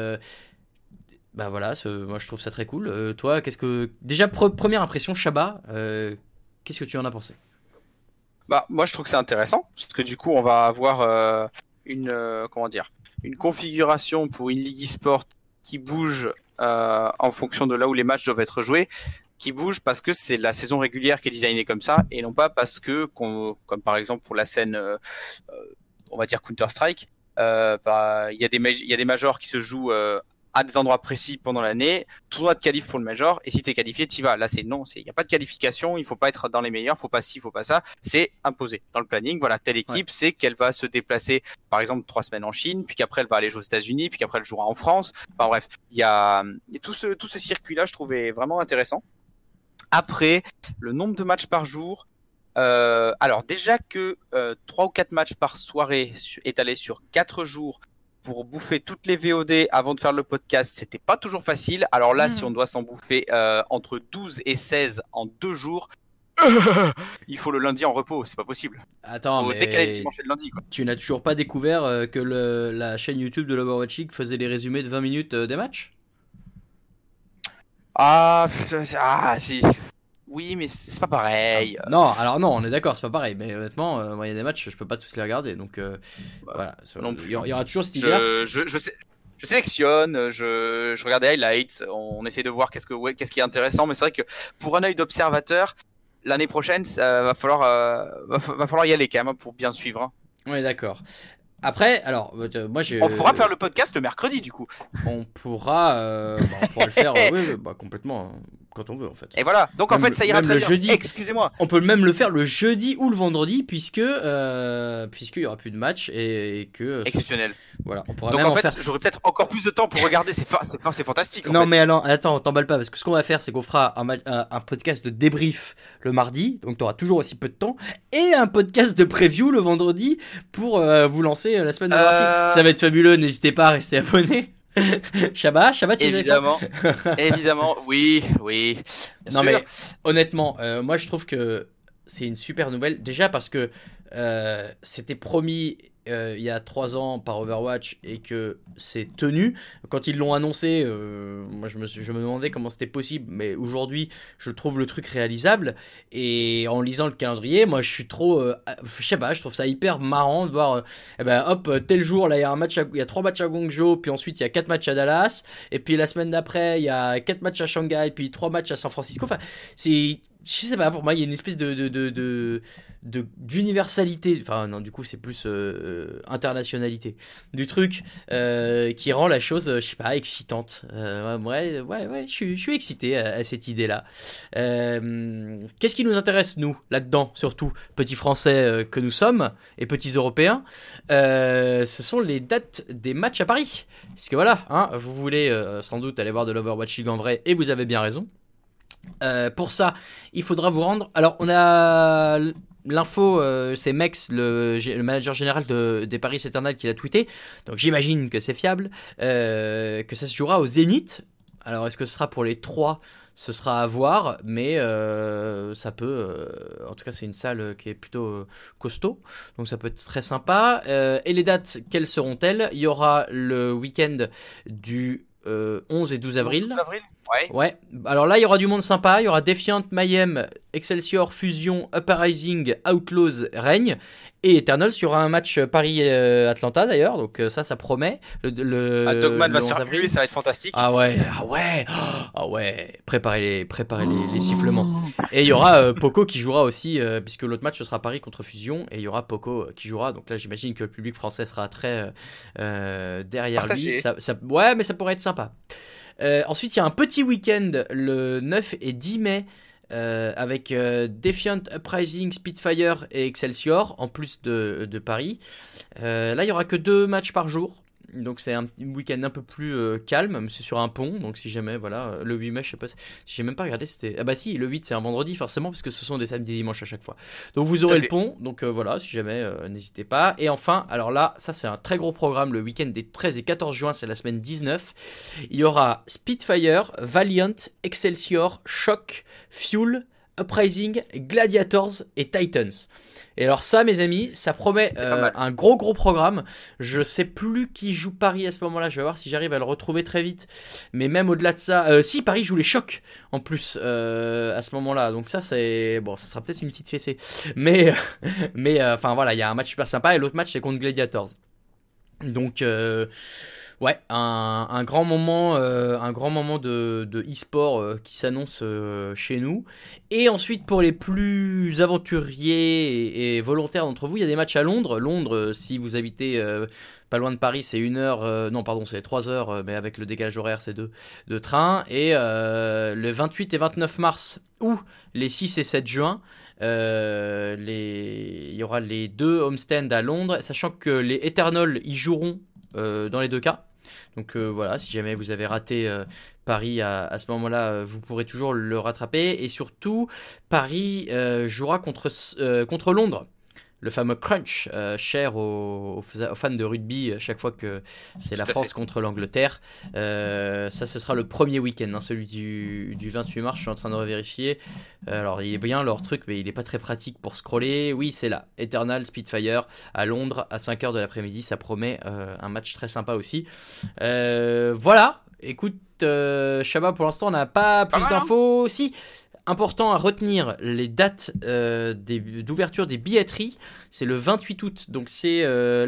voilà, moi je trouve ça très cool. Toi, qu'est-ce que... Déjà, première impression, Shabba, qu'est-ce que tu en as pensé? Moi je trouve que c'est intéressant, parce que du coup on va avoir une configuration pour une ligue e-sport qui bouge en fonction de là où les matchs doivent être joués, qui bouge parce que c'est la saison régulière qui est designée comme ça, et non pas parce que, comme par exemple pour la scène, on va dire Counter-Strike, il y a des majors qui se jouent à des endroits précis pendant l'année, tournoi de qualif pour le major, et si t'es qualifié, t'y vas. Là, il n'y a pas de qualification, il faut pas être dans les meilleurs, faut pas ci, faut pas ça, c'est imposé dans le planning. Voilà, telle équipe, c'est qu'elle va se déplacer, par exemple, 3 semaines en Chine, puis qu'après elle va aller jouer aux États-Unis, puis qu'après elle jouera en France. Enfin bref, il y a tout ce circuit-là, je trouvais vraiment intéressant. Après, le nombre de matchs par jour, alors déjà que 3 ou 4 matchs par soirée étalés sur 4 jours, pour bouffer toutes les VOD avant de faire le podcast, c'était pas toujours facile. Alors là, si on doit s'en bouffer entre 12 et 16 en 2 jours, il faut le lundi en repos, c'est pas possible. Attends, Faut mais décaler le dimanche et le lundi, quoi. tu n'as toujours pas découvert que la chaîne YouTube de l'Overwatch League faisait les résumés de 20 minutes des matchs? C'est... Oui, mais c'est pas pareil. Non, alors non, on est d'accord, c'est pas pareil. Mais honnêtement, moi, il y a des matchs, je peux pas tous les regarder. Donc voilà, non plus. il y aura toujours cette idée-là. Je sélectionne, je regarde les highlights, on essaie de voir qu'est-ce qui est intéressant, mais c'est vrai que pour un œil d'observateur, l'année prochaine, ça va falloir y aller quand même hein, pour bien suivre. Hein. On est d'accord. Après, alors, moi On pourra faire le podcast le mercredi du coup. On pourra le faire complètement quand on veut en fait. Et voilà, donc en fait ça ira très bien. Jeudi, excusez-moi. On peut même le faire le jeudi ou le vendredi puisqu'il y aura plus de matchs et que exceptionnel. Voilà, on pourra donc même en fait faire... j'aurai peut-être encore plus de temps pour regarder, c'est fantastique. Non mais alors, attends, t'emballe pas parce que ce qu'on va faire c'est qu'on fera un podcast de débrief le mardi, donc t'auras toujours aussi peu de temps, et un podcast de preview le vendredi pour vous lancer la semaine de Warfare. Ça va être fabuleux, n'hésitez pas à rester abonné. Shabba, tu évidemment, évidemment, oui. Non mais honnêtement, moi je trouve que c'est une super nouvelle. Déjà parce que c'était promis il y a 3 ans par Overwatch et que c'est tenu. Quand ils l'ont annoncé, moi je me demandais comment c'était possible, mais aujourd'hui je trouve le truc réalisable. Et en lisant le calendrier, moi je suis trop, je sais pas, je trouve ça hyper marrant de voir, tel jour là il y a 3 matchs à Guangzhou, puis ensuite il y a 4 matchs à Dallas, et puis la semaine d'après il y a 4 matchs à Shanghai, puis 3 matchs à San Francisco. Enfin, c'est, je sais pas, pour moi il y a une espèce d'universalité, enfin non, du coup c'est plus internationalité du truc qui rend la chose, je sais pas, excitante. Ouais, je suis excité à cette idée là. Qu'est-ce qui nous intéresse nous là-dedans, surtout petits français que nous sommes et petits européens, ce sont les dates des matchs à Paris, puisque voilà, hein, vous voulez sans doute aller voir de l'Overwatch League en vrai, et vous avez bien raison. Pour ça, il faudra vous rendre. Alors, on a l'info, c'est Mex, le manager général des Paris Eternal, qui l'a tweeté. Donc, j'imagine que c'est fiable. Que ça se jouera au Zénith. Alors, est-ce que ce sera pour les 3 ? Ce sera à voir, mais ça peut. En tout cas, c'est une salle qui est plutôt costaud, donc ça peut être très sympa. Et les dates, quelles seront-elles ? Il y aura le week-end du 11 et 12 avril. 12 avril. Ouais, alors là il y aura du monde sympa, il y aura Defiant, Mayhem, Excelsior, Fusion, Uprising, Outlaws, Règne, et Eternals. Il y aura un match Paris-Atlanta d'ailleurs, donc ça promet. Dogman va se faire huer, ça va être fantastique. Ah ouais, préparez les sifflements. Et il y aura Poco qui jouera aussi, puisque l'autre match ce sera Paris contre Fusion, et il y aura Poco qui jouera, donc là j'imagine que le public français sera très derrière partagé. lui. Ouais, mais ça pourrait être sympa. Ensuite, il y a un petit week-end le 9 et 10 mai avec Defiant, Uprising, Spitfire et Excelsior, en plus de Paris. Là, il n'y aura que 2 matchs par jour. Donc c'est un week-end un peu plus calme, mais c'est sur un pont, donc si jamais, voilà, le 8 mai, je sais pas, j'ai même pas regardé, c'était... Ah bah si, le 8 c'est un vendredi forcément, parce que ce sont des samedis et dimanches à chaque fois. Donc vous aurez le pont, donc voilà, si jamais, n'hésitez pas. Et enfin, alors là, ça c'est un très gros programme, le week-end des 13 et 14 juin, c'est la semaine 19. Il y aura Spitfire, Valiant, Excelsior, Shock, Fuel, Uprising, Gladiators et Titans. Et alors ça, mes amis, ça promet un gros programme. Je sais plus qui joue Paris à ce moment-là. Je vais voir si j'arrive à le retrouver très vite. Mais même au-delà de ça, si Paris joue les Chocs en plus à ce moment-là. Donc ça, c'est bon, ça sera peut-être une petite fessée. Mais enfin voilà, il y a un match super sympa et l'autre match c'est contre Gladiators. Donc ouais, un grand moment de e-sport qui s'annonce chez nous. Et ensuite, pour les plus aventuriers et volontaires d'entre vous, il y a des matchs à Londres. Londres, si vous habitez pas loin de Paris, c'est 1 heure, non pardon, c'est 3 heures, mais avec le décalage horaire, c'est 2 de train. Et le 28 et 29 mars ou les 6 et 7 juin, il y aura les 2 homestands à Londres, sachant que les Eternals y joueront dans les 2 cas. Donc voilà, si jamais vous avez raté Paris à ce moment-là, vous pourrez toujours le rattraper. Et surtout, Paris jouera contre Londres le fameux crunch, cher aux fans de rugby chaque fois que c'est la France contre l'Angleterre. Ça, ce sera le premier week-end, hein, celui du 28 mars. Je suis en train de revérifier. Alors, il est bien leur truc, mais il n'est pas très pratique pour scroller. Oui, c'est là. Eternal Spitfire à Londres à 5h de l'après-midi. Ça promet un match très sympa aussi. Voilà. Écoute, Shabba, pour l'instant, on n'a pas plus d'infos. Si, important à retenir les dates d'ouverture des billetteries. C'est le 28 août. Donc, c'est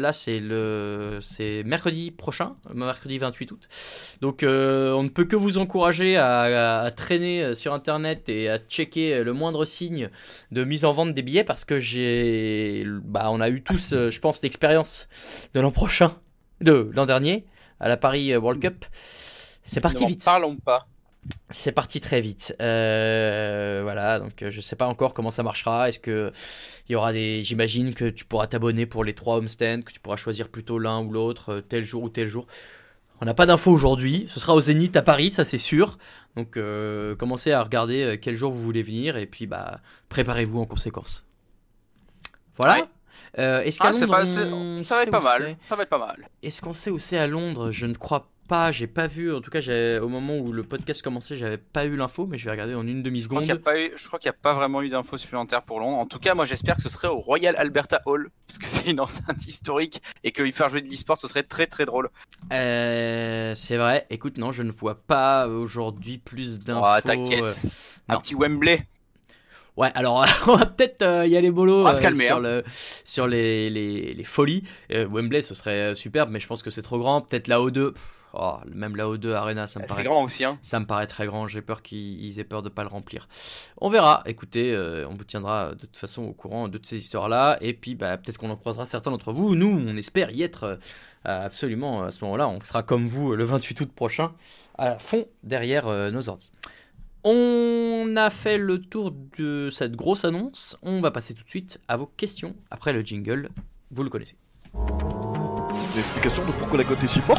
mercredi prochain, mercredi 28 août. Donc, on ne peut que vous encourager à traîner sur Internet et à checker le moindre signe de mise en vente des billets parce que on a eu tous, je pense, l'expérience de l'an dernier à la Paris World Cup. C'est parti vite. Parlons pas. C'est parti très vite. Voilà, donc je sais pas encore comment ça marchera. Est-ce que il y aura j'imagine que tu pourras t'abonner pour les 3 homestands, que tu pourras choisir plutôt l'un ou l'autre, tel jour ou tel jour. On n'a pas d'infos aujourd'hui. Ce sera au Zénith à Paris, ça c'est sûr. Donc commencez à regarder quel jour vous voulez venir et puis préparez-vous en conséquence. Voilà. Ouais. Est-ce qu'à Londres, ça va être pas mal. Ça va être pas mal. Est-ce qu'on sait où c'est à Londres ? Je ne crois pas, j'ai pas vu. En tout cas, au moment où le podcast commençait, j'avais pas eu l'info, mais je vais regarder en une demi-seconde. Je crois qu'il n'y a pas vraiment eu d'infos supplémentaires pour Londres. En tout cas, moi j'espère que ce serait au Royal Alberta Hall, parce que c'est une enceinte historique et que faire jouer de l'e-sport, ce serait très très drôle. C'est vrai. Écoute, non, je ne vois pas aujourd'hui plus d'infos. Oh, t'inquiète. Un petit Wembley. Ouais, alors on va peut-être y aller mollo calmer, sur les folies. Wembley, ce serait superbe, mais je pense que c'est trop grand. Peut-être la O2. Même la O2 Arena, ça me paraît. C'est grand aussi, hein. Ça me paraît très grand. J'ai peur qu'ils aient peur de pas le remplir. On verra. Écoutez, on vous tiendra de toute façon au courant de toutes ces histoires-là. Et puis, peut-être qu'on en croisera certains d'entre vous. Nous, on espère y être absolument à ce moment-là. On sera comme vous le 28 août prochain, à fond derrière nos ordi. On a fait le tour de cette grosse annonce. On va passer tout de suite à vos questions après le jingle. Vous le connaissez. Des explications de pourquoi la cote est si forte ?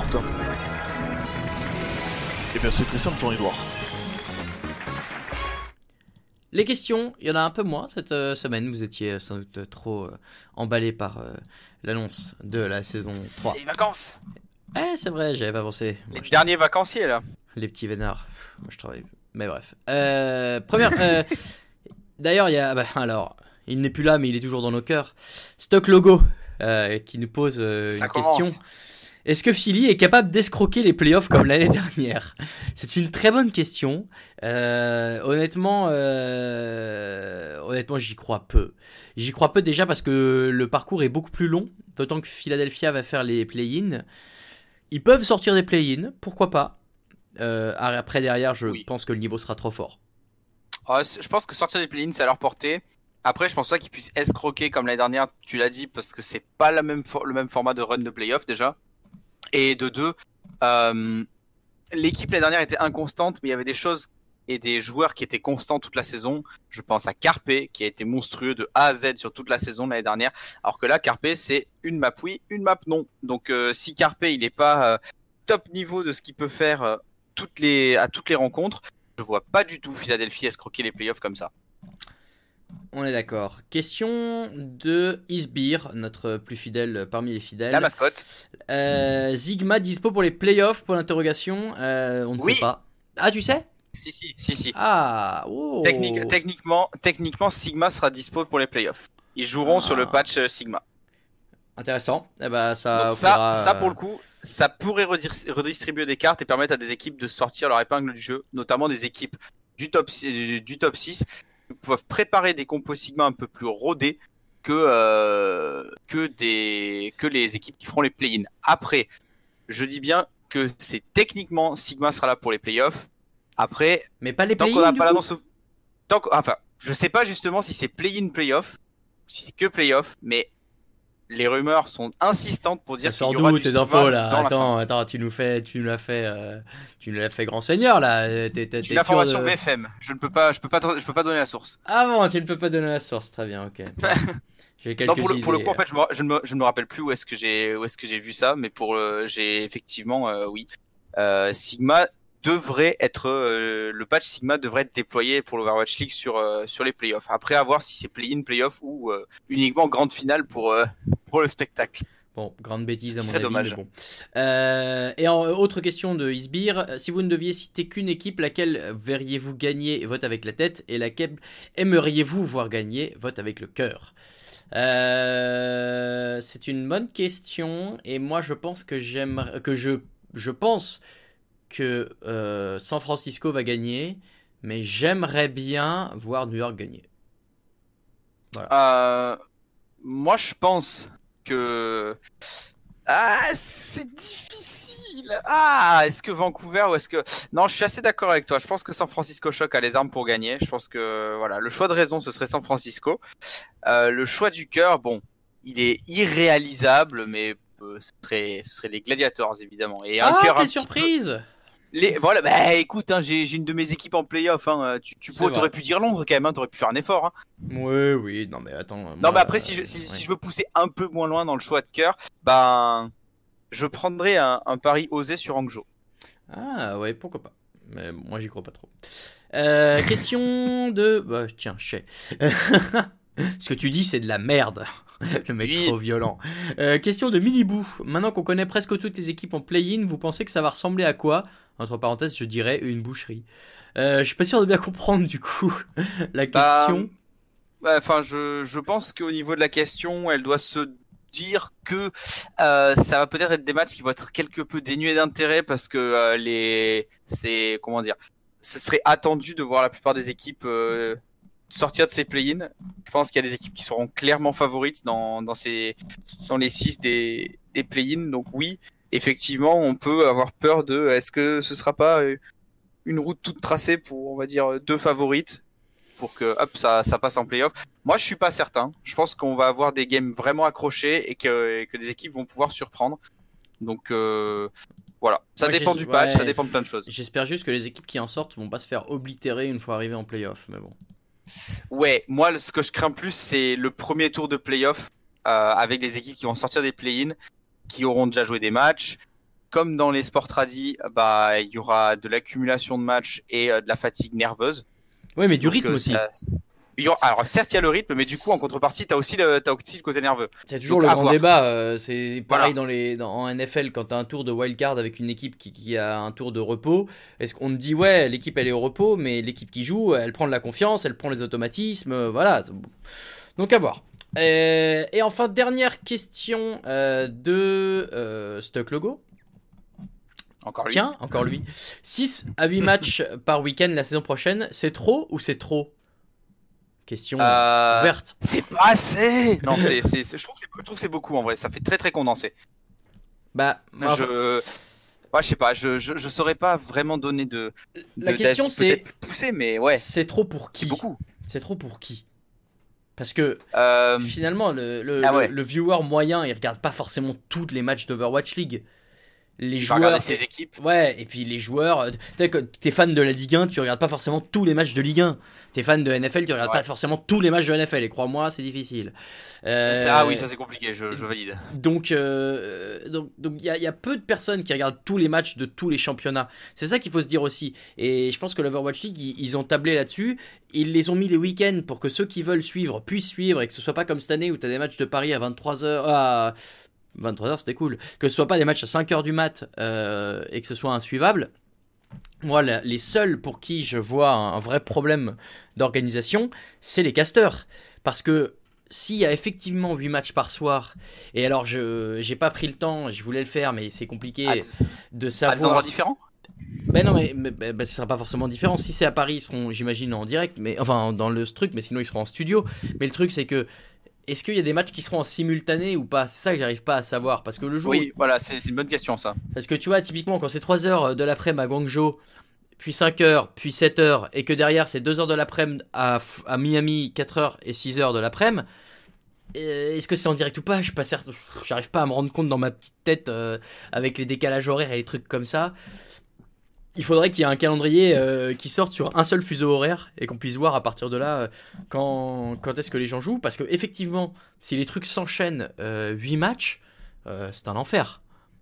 Eh bien, c'est très simple, Jean-Édouard. Les questions, il y en a un peu moins cette semaine. Vous étiez sans doute trop emballé par l'annonce de la saison 3. C'est les vacances. C'est vrai, j'avais pas pensé. Les derniers vacanciers, là. Les petits vénards. Moi, je travaille. Mais bref. Première. D'ailleurs, il y a. Alors, il n'est plus là, mais il est toujours dans nos cœurs. Stock Logo qui nous pose une question. Est-ce que Philly est capable d'escroquer les playoffs comme l'année dernière ? C'est une très bonne question. Honnêtement, j'y crois peu. J'y crois peu déjà parce que le parcours est beaucoup plus long. D'autant que Philadelphia va faire les play-in. Ils peuvent sortir des play-in, pourquoi pas. Après derrière, je pense que le niveau sera trop fort. Je pense que sortir des play-in, c'est à leur portée. Après, je pense pas qu'ils puissent escroquer comme l'année dernière. Tu l'as dit parce que c'est pas le même format de run de play-off déjà. Et de deux, l'équipe l'année dernière était inconstante, mais il y avait des choses et des joueurs qui étaient constants toute la saison. Je pense à Carpe, qui a été monstrueux de A à Z sur toute la saison l'année dernière. Alors que là, Carpe, c'est une map oui, une map non. Donc si Carpe, il n'est pas top niveau de ce qu'il peut faire à toutes les rencontres, je vois pas du tout Philadelphie escroquer les playoffs comme ça. On est d'accord. Question de Isbir, notre plus fidèle parmi les fidèles. La mascotte. Sigma dispo pour les playoffs, pour l'interrogation. On ne sait pas. Ah, tu sais ? Si. Ah, oh. Techniquement, Sigma sera dispo pour les playoffs. Ils joueront sur le patch Sigma. Intéressant. Ça pour le coup, ça pourrait redistribuer des cartes et permettre à des équipes de sortir leur épingle du jeu, notamment des équipes du top 6 qui peuvent préparer des compos Sigma un peu plus rodés que les équipes qui feront les play-in. Après, je dis bien que c'est techniquement Sigma sera là pour les playoffs. Après, mais pas les tant play-in, qu'on n'a pas l'annonce, je sais pas justement si c'est play-in playoff, si c'est que playoff, mais les rumeurs sont insistantes pour dire qu'il y aura du tes Sigma infos là. dans Attends, tu nous l'as fait grand seigneur là. T'es une information BFM. Je peux pas donner la source. Ah bon, tu ne peux pas donner la source. Très bien, ok. J'ai quelques idées. Pour le coup, en fait, je ne me rappelle plus où est-ce que j'ai vu ça, mais j'ai effectivement oui. Sigma devrait être le patch Sigma devrait être déployé pour l'Overwatch League sur les playoffs. Après, à voir si c'est play-in, playoff ou uniquement grande finale pour le spectacle. Bon, grande bêtise à mon serait avis, dommage. mais bon. Et autre question de Isbir, si vous ne deviez citer qu'une équipe, laquelle verriez-vous gagner, vote avec la tête, et laquelle aimeriez-vous voir gagner, vote avec le cœur? C'est une bonne question, et moi je pense que je pense que San Francisco va gagner, mais j'aimerais bien voir New York gagner. Moi, je pense que c'est difficile. Est-ce que Vancouver ou est-ce que non, je suis assez d'accord avec toi. Je pense que San Francisco Shock a les armes pour gagner. Je pense que voilà, le choix de raison ce serait San Francisco. Le choix du cœur, bon, il est irréalisable, mais ce serait les Gladiators évidemment. Et un cœur quelle surprise! Voilà, bah écoute, hein, j'ai une de mes équipes en playoff. Hein, t'aurais pu dire Londres quand même, hein, t'aurais pu faire un effort. Hein. Oui, non mais attends. Non, mais après, si je veux pousser un peu moins loin dans le choix de cœur, ben, je prendrais un pari osé sur Hangzhou. Ah ouais, pourquoi pas. Mais moi, j'y crois pas trop. Question de... Bah, tiens, je sais. Ce que tu dis, c'est de la merde. Le mec trop violent. Question de Minibou. Maintenant qu'on connaît presque toutes les équipes en play-in, vous pensez que ça va ressembler à quoi? Entre parenthèses, je dirais une boucherie. Je suis pas sûr de bien comprendre du coup la question. Enfin, je pense qu'au niveau de la question, elle doit se dire que ça va peut-être être des matchs qui vont être quelque peu dénués d'intérêt parce que ce serait attendu de voir la plupart des équipes sortir de ces play-in. Je pense qu'il y a des équipes qui seront clairement favorites dans les 6 des play-in. Donc oui, effectivement, on peut avoir peur de est-ce que ce sera pas une route toute tracée pour, on va dire, 2 favorites pour que hop ça passe en play-off. Moi, je suis pas certain. Je pense qu'on va avoir des games vraiment accrochés et que des équipes vont pouvoir surprendre. Donc voilà, ça dépend du patch, ça dépend de plein de choses. J'espère juste que les équipes qui en sortent vont pas se faire oblitérer une fois arrivées en play-off, mais bon. Ouais, moi ce que je crains plus c'est le premier tour de play-off avec les équipes qui vont sortir des play-in, qui auront déjà joué des matchs. Comme dans les sports tradis, bah il y aura de l'accumulation de matchs et de la fatigue nerveuse. Ouais, mais du rythme aussi. Alors certes il y a le rythme, mais du coup en contrepartie t'as aussi le côté nerveux. C'est toujours donc, le grand débat. C'est pareil en NFL quand t'as un tour de wildcard avec une équipe qui a un tour de repos. Est-ce qu'on te dit ouais l'équipe elle est au repos, mais l'équipe qui joue elle prend de la confiance, elle prend les automatismes, voilà. Donc à voir. Et enfin dernière question de Stuck Logo. Encore lui. Tiens, encore lui. 6 à 8 matchs par week-end la saison prochaine, c'est trop ou c'est trop? Question ouverte. C'est pas assez. Non, je trouve que c'est beaucoup en vrai. Ça fait très très condensé. Bah, je sais pas. Je saurais pas vraiment donner la question c'est poussé, mais ouais. C'est trop pour qui? C'est beaucoup. C'est trop pour qui? Parce que finalement, le viewer moyen, il regarde pas forcément tous les matchs d'Overwatch League. Les joueurs, ses équipes. Ouais, et puis les joueurs, t'es fan de la Ligue 1, tu regardes pas forcément tous les matchs de Ligue 1. T'es fan de NFL, tu regardes pas forcément tous les matchs de NFL. Et crois-moi, c'est difficile. Ah oui, ça c'est compliqué, je valide. Donc il y a peu de personnes qui regardent tous les matchs de tous les championnats. C'est ça qu'il faut se dire aussi. Et je pense que l'Overwatch League, ils ont tablé là-dessus. Ils les ont mis les week-ends pour que ceux qui veulent suivre puissent suivre et que ce soit pas comme cette année où t'as des matchs de Paris à 23h. 23h c'était cool, que ce soit pas des matchs à 5h du mat et que ce soit insuivable. Moi les seuls pour qui je vois un vrai problème d'organisation, c'est les casteurs, parce que s'il y a effectivement 8 matchs par soir, et alors j'ai pas pris le temps, je voulais le faire mais c'est compliqué de savoir. À des endroits différents? Ben non, mais ce sera pas forcément différent. Si c'est à Paris, ils seront, j'imagine, en direct, mais enfin dans le truc, mais sinon ils seront en studio. Mais le truc c'est que est-ce qu'il y a des matchs qui seront en simultané ou pas? C'est ça que j'arrive pas à savoir. Parce que le jour. Oui, voilà, c'est une bonne question ça. Parce que tu vois, typiquement, quand c'est 3h de l'après-midi à Guangzhou, puis 5h, puis 7h, et que derrière c'est 2h de l'après-midi à Miami, 4h et 6h de l'après-midi, est-ce que c'est en direct ou pas? Je suis pas certain. J'arrive pas à me rendre compte dans ma petite tête avec les décalages horaires et les trucs comme ça. Il faudrait qu'il y ait un calendrier qui sorte sur un seul fuseau horaire et qu'on puisse voir à partir de là quand est-ce que les gens jouent. Parce que effectivement, si les trucs s'enchaînent 8 matchs, c'est un enfer.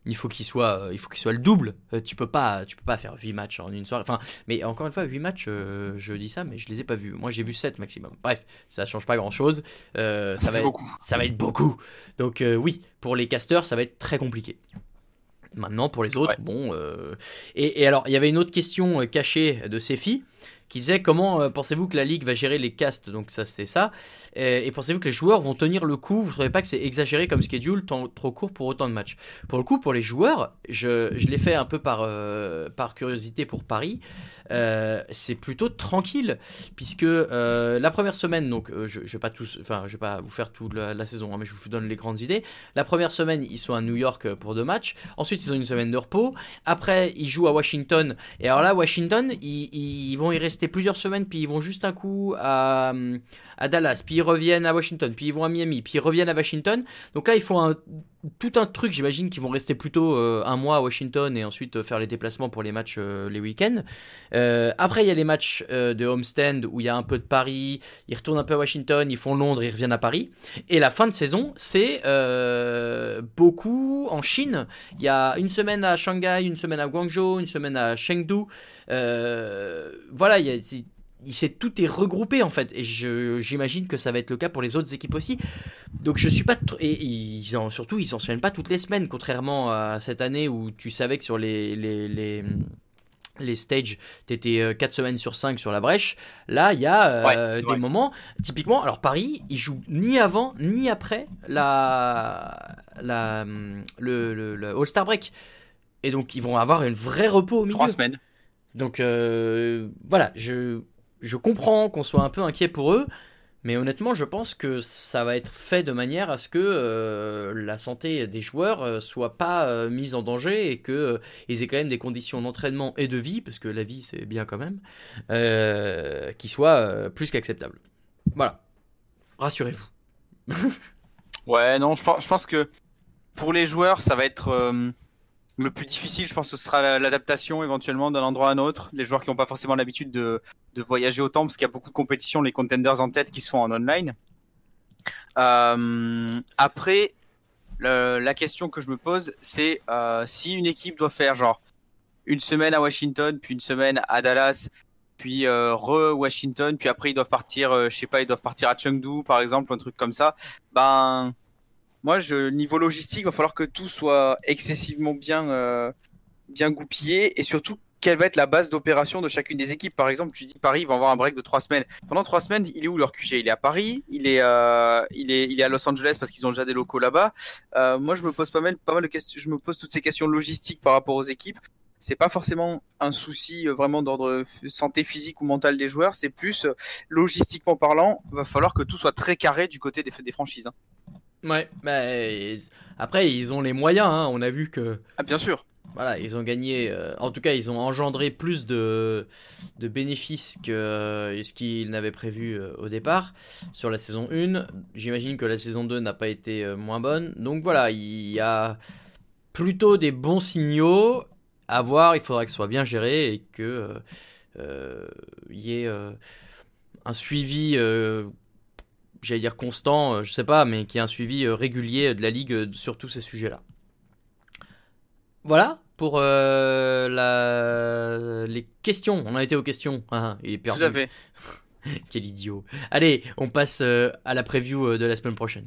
Il faut qu'il soit le double. Tu peux pas faire 8 matchs en une soirée. Enfin, mais encore une fois, 8 matchs, je dis ça, mais je les ai pas vus. Moi, j'ai vu 7 maximum. Bref, ça change pas grand-chose. Ça fait beaucoup. Ça va être beaucoup. Donc oui, pour les casters, ça va être très compliqué. Maintenant, pour les autres, bon... Et alors, il y avait une autre question cachée de Sefi qui disait comment pensez-vous que la Ligue va gérer les castes. Donc ça, c'était ça. Et pensez-vous que les joueurs vont tenir le coup. Vous ne trouvez pas que c'est exagéré comme schedule, trop court pour autant de matchs. Pour le coup, pour les joueurs, je l'ai fait un peu par curiosité pour Paris. C'est plutôt tranquille, puisque la première semaine, donc je vais pas vous faire toute la saison, hein, mais je vous donne les grandes idées. La première semaine, ils sont à New York pour 2 matchs. Ensuite, ils ont une semaine de repos. Après, ils jouent à Washington. Et alors là, Washington, ils vont y rester plusieurs semaines, puis ils vont juste un coup à Dallas, puis ils reviennent à Washington, puis ils vont à Miami, puis ils reviennent à Washington. Donc là, ils font tout un truc, j'imagine qu'ils vont rester plutôt un mois à Washington et ensuite faire les déplacements pour les matchs les week-ends. Après, il y a les matchs de homestand où il y a un peu de Paris, ils retournent un peu à Washington, ils font Londres, ils reviennent à Paris. Et la fin de saison, c'est beaucoup en Chine. Il y a une semaine à Shanghai, une semaine à Guangzhou, une semaine à Chengdu. Voilà, tout est regroupé en fait, et j'imagine que ça va être le cas pour les autres équipes aussi. Donc je suis pas surtout ils s'enchaînent pas toutes les semaines, contrairement à cette année où tu savais que sur les stages t'étais 4 semaines sur 5 sur la brèche. Là il y a des moments typiquement. Alors Paris, ils jouent ni avant ni après le All-Star Break, et donc ils vont avoir un vrai repos au milieu. 3 semaines. Donc voilà, je comprends qu'on soit un peu inquiet pour eux, mais honnêtement, je pense que ça va être fait de manière à ce que la santé des joueurs soit pas mise en danger, et qu'ils aient quand même des conditions d'entraînement et de vie, parce que la vie c'est bien quand même, qui soient plus qu'acceptables. Voilà, rassurez-vous. Ouais, non, je pense que pour les joueurs, ça va être le plus difficile. Je pense que ce sera l'adaptation éventuellement d'un endroit à un autre. Les joueurs qui n'ont pas forcément l'habitude de voyager autant, parce qu'il y a beaucoup de compétitions, les contenders en tête, qui se font en online. Après, la question que je me pose, c'est si une équipe doit faire genre une semaine à Washington, puis une semaine à Dallas, puis Washington, puis après ils doivent partir, ils doivent partir à Chengdu par exemple, un truc comme ça. Ben moi, niveau logistique, va falloir que tout soit excessivement bien goupillé, et surtout quelle va être la base d'opération de chacune des équipes. Par exemple, tu dis Paris, ils vont avoir un break de 3 semaines. Pendant 3 semaines, il est où leur QG? Il est à Paris, il est à Los Angeles parce qu'ils ont déjà des locaux là-bas. Moi, je me pose pas mal de questions. Je me pose toutes ces questions logistiques par rapport aux équipes. C'est pas forcément un souci vraiment d'ordre santé physique ou mentale des joueurs. C'est plus logistiquement parlant, va falloir que tout soit très carré du côté des franchises. Hein. Ouais, après ils ont les moyens, hein. On a vu que... Ah bien sûr. Voilà, ils ont gagné, en tout cas ils ont engendré plus de bénéfices que ce qu'ils n'avaient prévu au départ sur la saison 1. J'imagine que la saison 2 n'a pas été moins bonne. Donc voilà, il y a plutôt des bons signaux à voir. Il faudra que ce soit bien géré et que y ait un suivi... j'allais dire constant, je sais pas, mais qui est un suivi régulier de la Ligue sur tous ces sujets-là. Voilà pour les questions. On a été aux questions. Il est perdu. Tout à fait. Quel idiot. Allez, on passe à la preview de la semaine prochaine.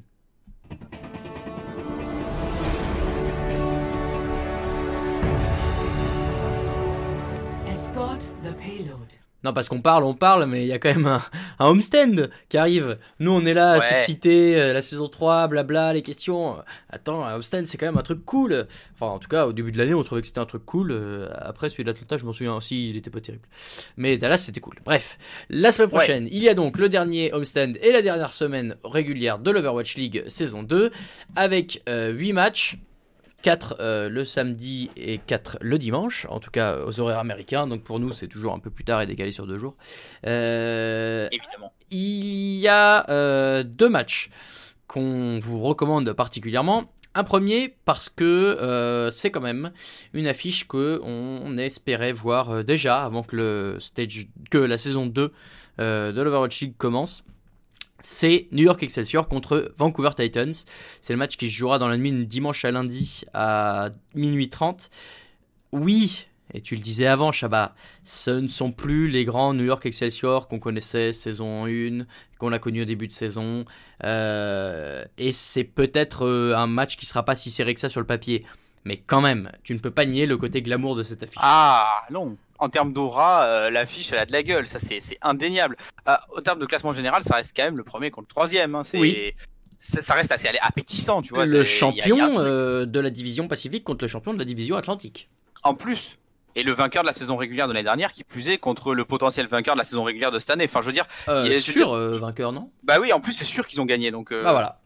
Escort the payload. Non, parce qu'on parle, mais il y a quand même un homestand qui arrive. Nous, on est là à s'exciter, la saison 3, blabla, les questions. Attends, un homestand, c'est quand même un truc cool. Enfin, en tout cas, au début de l'année, on trouvait que c'était un truc cool. Après, celui d'Atlanta, je m'en souviens aussi, il était pas terrible. Mais Dallas, c'était cool. Bref, la semaine prochaine, il y a donc le dernier homestand et la dernière semaine régulière de l'Overwatch League saison 2, avec 8 matchs. 4 le samedi et 4 le dimanche, en tout cas aux horaires américains, donc pour nous c'est toujours un peu plus tard et décalé sur 2 jours. Évidemment. Il y a 2 matchs qu'on vous recommande particulièrement. Un premier parce que c'est quand même une affiche qu'on espérait voir déjà avant que la saison 2 de l'Overwatch League commence. c'est New York Excelsior contre Vancouver Titans. C'est le match qui se jouera dans la nuit de dimanche à lundi à minuit 30. Oui, et tu le disais avant, Chabat, ce ne sont plus les grands New York Excelsior qu'on connaissait saison 1, qu'on a connu au début de saison. Et c'est peut-être un match qui ne sera pas si serré que ça sur le papier. Mais quand même, tu ne peux pas nier le côté glamour de cette affiche. Ah non, en termes d'aura, l'affiche elle a de la gueule, ça c'est indéniable. Au terme de classement général, ça reste quand même le premier contre le troisième. Hein. Oui. Ça reste assez appétissant, tu vois. Le champion de la division Pacifique contre le champion de la division Atlantique. En plus, et le vainqueur de la saison régulière de l'année dernière, qui plus est, contre le potentiel vainqueur de la saison régulière de cette année. Enfin, je veux dire, vainqueur, non? Bah oui, en plus c'est sûr qu'ils ont gagné, donc. Bah voilà.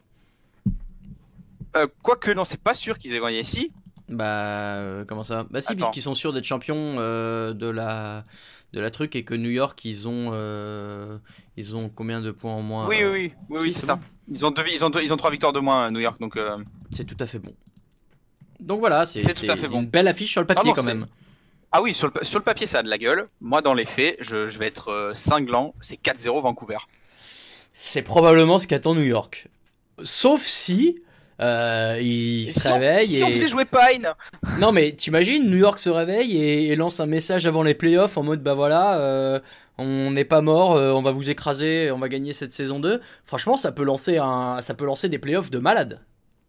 Quoique non, c'est pas sûr qu'ils aient gagné. Si. Bah comment ça? Bah si, Attends. puisqu'ils sont sûrs d'être champions de la truc et que New York ils ont combien de points en moins? Oui, si, c'est c'est ça. bon. Ils ont 3 victoires de moins à New York, donc. C'est tout à fait bon. Donc voilà, c'est tout à fait bon. une belle affiche sur le papier quand même. Ah oui, sur le papier ça a de la gueule. Moi dans les faits, je vais être cinglant, c'est 4-0 Vancouver. C'est probablement ce qu'attend New York. Sauf si il se réveille si on faisait jouer Pine. Non mais t'imagines, New York se réveille et lance un message avant les playoffs en mode bah voilà, on n'est pas mort, on va vous écraser, on va gagner cette saison 2. Franchement, ça peut lancer des playoffs de malade.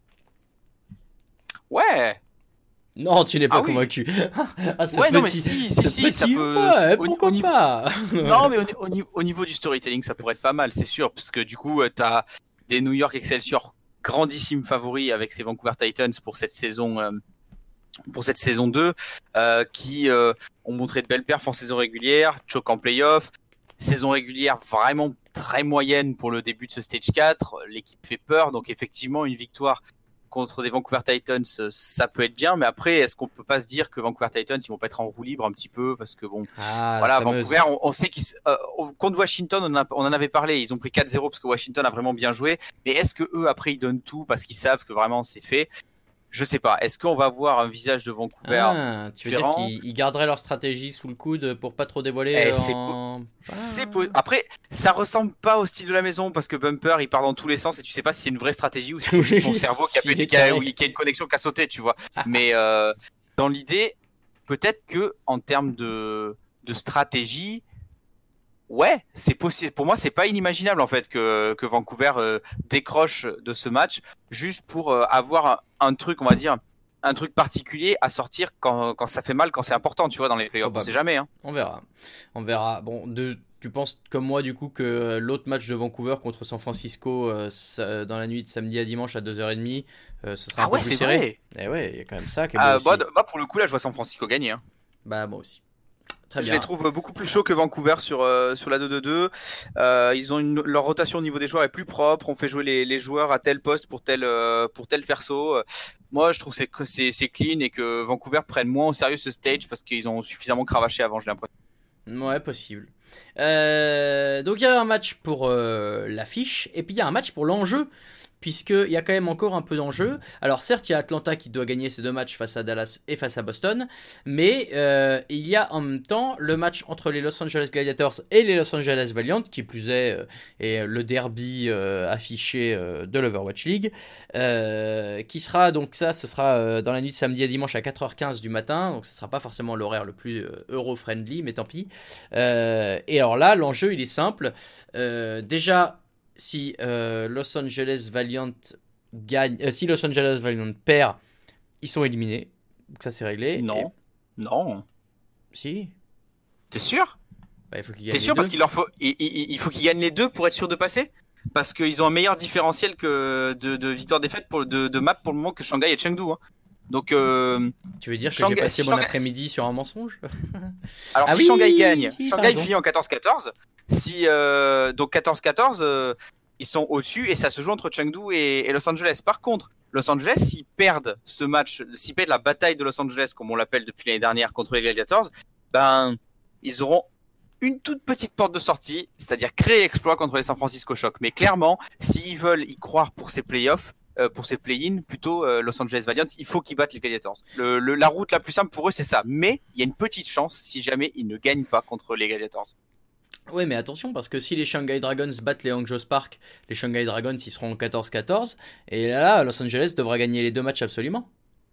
Ouais. Non, tu n'es pas oui. convaincu. Non mais si, ça peut. Ouais, pourquoi pas. Non mais au niveau du storytelling, ça pourrait être pas mal, c'est sûr, parce que du coup, t'as des New York Excelsior grandissimes favoris avec ces Vancouver Titans pour cette saison 2, qui ont montré de belles perfs en saison régulière, choke en playoff, saison régulière vraiment très moyenne pour le début de ce stage 4, l'équipe fait peur, donc effectivement une victoire contre des Vancouver Titans, ça peut être bien, mais après, est-ce qu'on peut pas se dire que Vancouver Titans, ils vont pas être en roue libre un petit peu, parce que bon, voilà, Vancouver, on sait qu'ils, contre Washington, on en avait parlé, ils ont pris 4-0 parce que Washington a vraiment bien joué, mais est-ce que eux, après, ils donnent tout parce qu'ils savent que vraiment c'est fait? Je sais pas. Est-ce qu'on va voir un visage de Vancouver tu veux dire qu'ils garderaient leur stratégie sous le coude pour pas trop dévoiler Après, ça ressemble pas au style de la maison parce que Bumper il part dans tous les sens et tu sais pas si c'est une vraie stratégie ou si c'est juste son cerveau qui a une connexion qui a sauté, tu vois. Mais dans l'idée, peut-être que en termes de stratégie, ouais, c'est possible. Pour moi, c'est pas inimaginable en fait que Vancouver décroche de ce match juste pour avoir un truc, on va dire, un truc particulier à sortir quand ça fait mal, quand c'est important, tu vois, dans les playoffs. On sait jamais. Hein. On verra. Bon, tu penses comme moi du coup que l'autre match de Vancouver contre San Francisco dans la nuit de samedi à dimanche à 2h30, ce sera un peu plus serré. Vrai. Eh ouais, il y a quand même ça qui est beau aussi. Moi, pour le coup, là, je vois San Francisco gagner. Hein. Bah moi aussi. Très je bien. les trouve beaucoup plus chauds que Vancouver sur la 2-2-2. Ils ont leur rotation au niveau des joueurs est plus propre. On fait jouer les joueurs à tel poste pour tel perso. Moi, je trouve que c'est clean et que Vancouver prenne moins au sérieux ce stage parce qu'ils ont suffisamment cravaché avant, j'ai l'impression. Ouais, possible. Donc il y a un match pour l'affiche et puis il y a un match pour l'enjeu. Puisqu'il y a quand même encore un peu d'enjeu. Alors certes, il y a Atlanta qui doit gagner ces deux matchs face à Dallas et face à Boston. Mais il y a en même temps le match entre les Los Angeles Gladiators et les Los Angeles Valiant, qui plus est le derby affiché de l'Overwatch League. Qui sera donc ça, ce sera dans la nuit de samedi à dimanche à 4h15 du matin. Donc ce ne sera pas forcément l'horaire le plus euro-friendly, mais tant pis. Et alors là, l'enjeu, il est simple. Déjà... Si Los Angeles Valiant gagne, si Los Angeles Valiant perd, ils sont éliminés. Donc ça c'est réglé. Non. Si. T'es sûr? Bah, il faut qu'ils gagnent. T'es sûr parce qu'il leur faut, il faut qu'ils gagnent les deux pour être sûr de passer? Parce qu'ils ont un meilleur différentiel que de victoire-défaite de map pour le moment que Shanghai et Chengdu. Hein. Donc. Tu veux dire que j'ai passé mon après-midi sur un mensonge? Alors si Shanghai gagne, Shanghai finit en 14-14. Si donc 14-14, ils sont au-dessus et ça se joue entre Chengdu et Los Angeles. Par contre, Los Angeles, s'ils perdent ce match, s'ils perdent la bataille de Los Angeles, comme on l'appelle depuis l'année dernière contre les Gladiators, ben ils auront une toute petite porte de sortie, c'est-à-dire créer l'exploit contre les San Francisco Shock. Mais clairement, s'ils veulent y croire pour ces playoffs, pour ces play-in, plutôt Los Angeles Valiant, il faut qu'ils battent les Gladiators. La route la plus simple pour eux, c'est ça. Mais il y a une petite chance si jamais ils ne gagnent pas contre les Gladiators. Ouais, mais attention, parce que si les Shanghai Dragons battent les Hangzhou Spark, les Shanghai Dragons, ils seront en 14-14. Et là, Los Angeles devra gagner les 2 matchs absolument.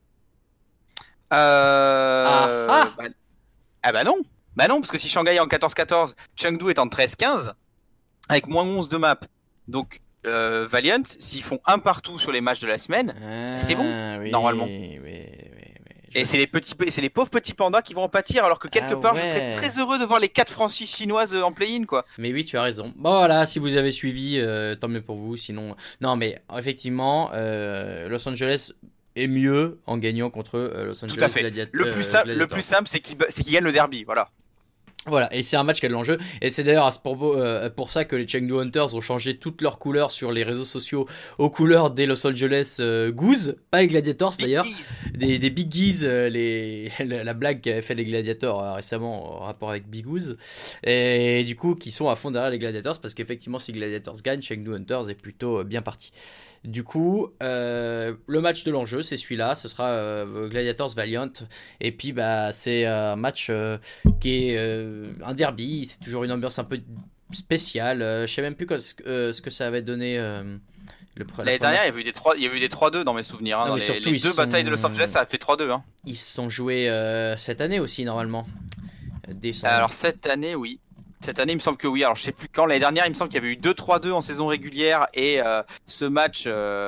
Ah. Bah non. Bah non, parce que si Shanghai est en 14-14, Chengdu est en 13-15, avec moins 11 de map. Donc, Valiant, s'ils font un partout sur les matchs de la semaine, c'est bon, oui, normalement. Oui. Et c'est les pauvres petits pandas qui vont en pâtir, alors que quelque part, je serais très heureux de voir les 4 franchises chinoises en play-in, quoi. Mais oui, tu as raison. Bon, voilà, si vous avez suivi, tant mieux pour vous. Sinon, non, mais effectivement, Los Angeles est mieux en gagnant contre Los Angeles. Tout à fait. Le plus simple, c'est qu'ils gagnent le derby, voilà. Voilà, et c'est un match qui a de l'enjeu. Et c'est d'ailleurs pour ça que les Chengdu Hunters ont changé toutes leurs couleurs sur les réseaux sociaux aux couleurs des Los Angeles Goose, pas les Gladiators d'ailleurs, des Big Geese, la blague qu'avaient fait les Gladiators récemment en rapport avec Big Goose, et du coup qui sont à fond derrière les Gladiators, parce qu'effectivement si les Gladiators gagnent, Chengdu Hunters est plutôt bien parti. Du coup, le match de l'enjeu, c'est celui-là. Ce sera Gladiators Valiant. Et puis, bah, c'est un match qui est un derby. C'est toujours une ambiance un peu spéciale. Je sais même plus ce que ça avait donné. L'année dernière, il y avait eu des 3-2 dans mes souvenirs. Hein. Non, dans les deux batailles de Los Angeles, ça a fait 3-2. Hein. Ils se sont joués cette année aussi, normalement. Alors, cette année, oui. Cette année, il me semble que oui. Alors, je sais plus quand. L'année dernière, il me semble qu'il y avait eu 2-3-2 en saison régulière et ce match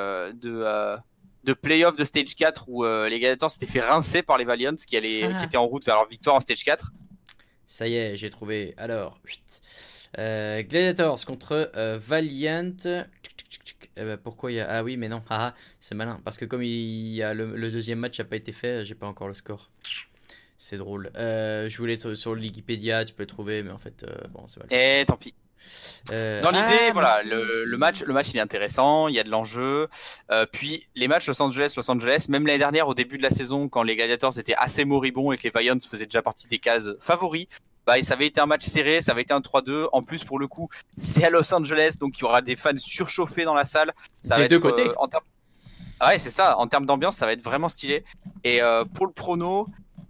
de playoff de Stage 4 où les Gladiators s'étaient fait rincer par les Valiants qui étaient en route vers leur victoire en Stage 4. Ça y est, j'ai trouvé. Alors, Gladiators contre Valiant. Pourquoi il y a... Ah oui, mais non. C'est malin. Parce que comme il y a le deuxième match n'a pas été fait, j'ai pas encore le score. C'est drôle. Je voulais être sur le Wikipédia, tu peux le trouver, mais en fait, bon, c'est pas le... tant pis. Dans l'idée, voilà, le match, il est intéressant, il y a de l'enjeu. Puis les matchs Los Angeles, même l'année dernière, au début de la saison, quand les Gladiators étaient assez moribonds et que les Valiants faisaient déjà partie des cases favoris, bah, ça avait été un match serré, ça avait été un 3-2. En plus, pour le coup, c'est à Los Angeles, donc il y aura des fans surchauffés dans la salle. Ça des va deux être, côtés. Ouais, c'est ça. En termes d'ambiance, ça va être vraiment stylé. Et pour le prono.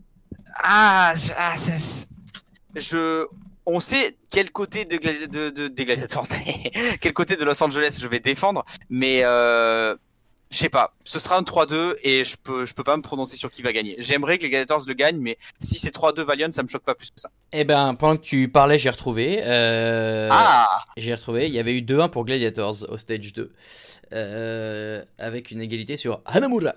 On sait quel côté des Gladiators, quel côté de Los Angeles je vais défendre, mais je sais pas. Ce sera un 3-2 et je peux pas me prononcer sur qui va gagner. J'aimerais que les Gladiators le gagnent, mais si c'est 3-2 Valiant, ça me choque pas plus que ça. Eh ben, pendant que tu parlais, j'ai retrouvé. J'ai retrouvé. Il y avait eu 2-1 pour Gladiators au stage 2, avec une égalité sur Hanamura.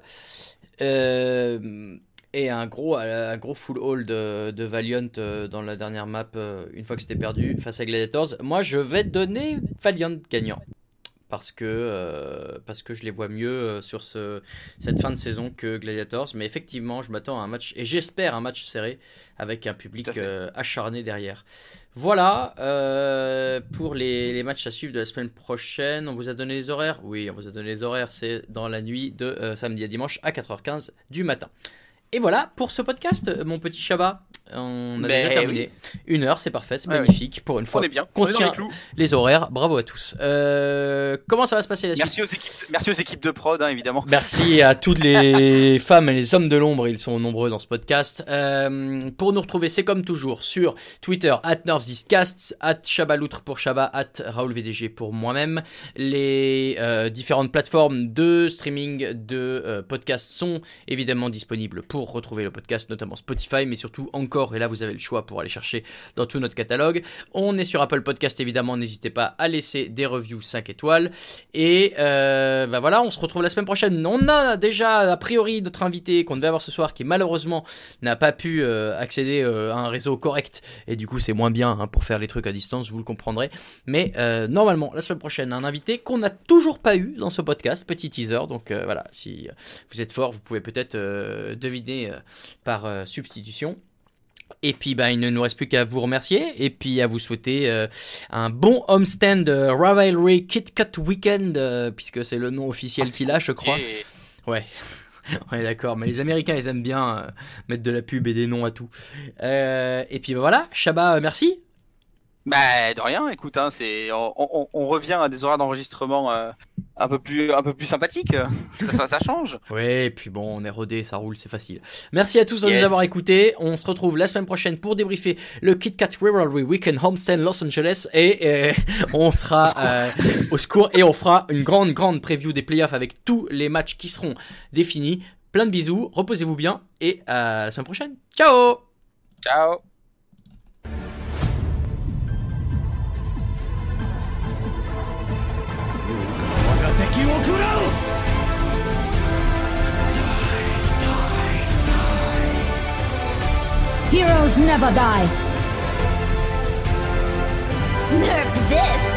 Et un gros full hold de Valiant dans la dernière map, une fois que c'était perdu face à Gladiators. Moi, je vais donner Valiant gagnant. Parce que je les vois mieux sur cette fin de saison que Gladiators. Mais effectivement, je m'attends à un match, et j'espère un match serré, avec un public acharné derrière. Voilà, pour les matchs à suivre de la semaine prochaine. On vous a donné les horaires ? Oui, on vous a donné les horaires. C'est dans la nuit de samedi à dimanche à 4h15 du matin. Et voilà pour ce podcast, mon petit Chabat. On a déjà terminé. Oui. 1 heure, c'est parfait, c'est magnifique. Oui. Pour une fois, on est bien. On tient les horaires. Bravo à tous. Comment ça va se passer la suite ? Merci aux équipes de prod, hein, évidemment. Merci à toutes les femmes et les hommes de l'ombre. Ils sont nombreux dans ce podcast. Pour nous retrouver, c'est comme toujours sur Twitter @NervesThisCast, @Chabaloutre pour Chabat, @RaoulVDG pour moi-même. Les différentes plateformes de streaming de podcasts sont évidemment disponibles pour retrouver le podcast, notamment Spotify, mais surtout encore, et là vous avez le choix pour aller chercher dans tout notre catalogue. On est sur Apple Podcast évidemment, n'hésitez pas à laisser des reviews 5 étoiles. Et voilà, on se retrouve la semaine prochaine. On a déjà a priori notre invité qu'on devait avoir ce soir, qui malheureusement n'a pas pu accéder à un réseau correct, et du coup c'est moins bien pour faire les trucs à distance, vous le comprendrez. Mais normalement la semaine prochaine, un invité qu'on n'a toujours pas eu dans ce podcast, petit teaser. Donc voilà, si vous êtes fort, vous pouvez peut-être deviner par substitution. Et puis il ne nous reste plus qu'à vous remercier et puis à vous souhaiter un bon homestand Rivalry Kit Kat Weekend, puisque c'est le nom officiel qu'il a, je crois. Ouais. On est d'accord, mais les Américains ils aiment bien mettre de la pub et des noms à tout. Et puis voilà, Chabat, merci. De rien, écoute, on revient à des horaires d'enregistrement un peu plus sympathique. Ça change. Ouais, et puis bon, on est rodé, ça roule, c'est facile. Merci à tous de Yes. nous avoir écoutés. On se retrouve la semaine prochaine pour débriefer le Kit Kat Rivalry Weekend Homestand Los Angeles et on sera au secours et on fera une grande preview des playoffs avec tous les matchs qui seront définis. Plein de bisous, reposez-vous bien et à la semaine prochaine. Ciao! Ciao. Heroes never die. Nerf this.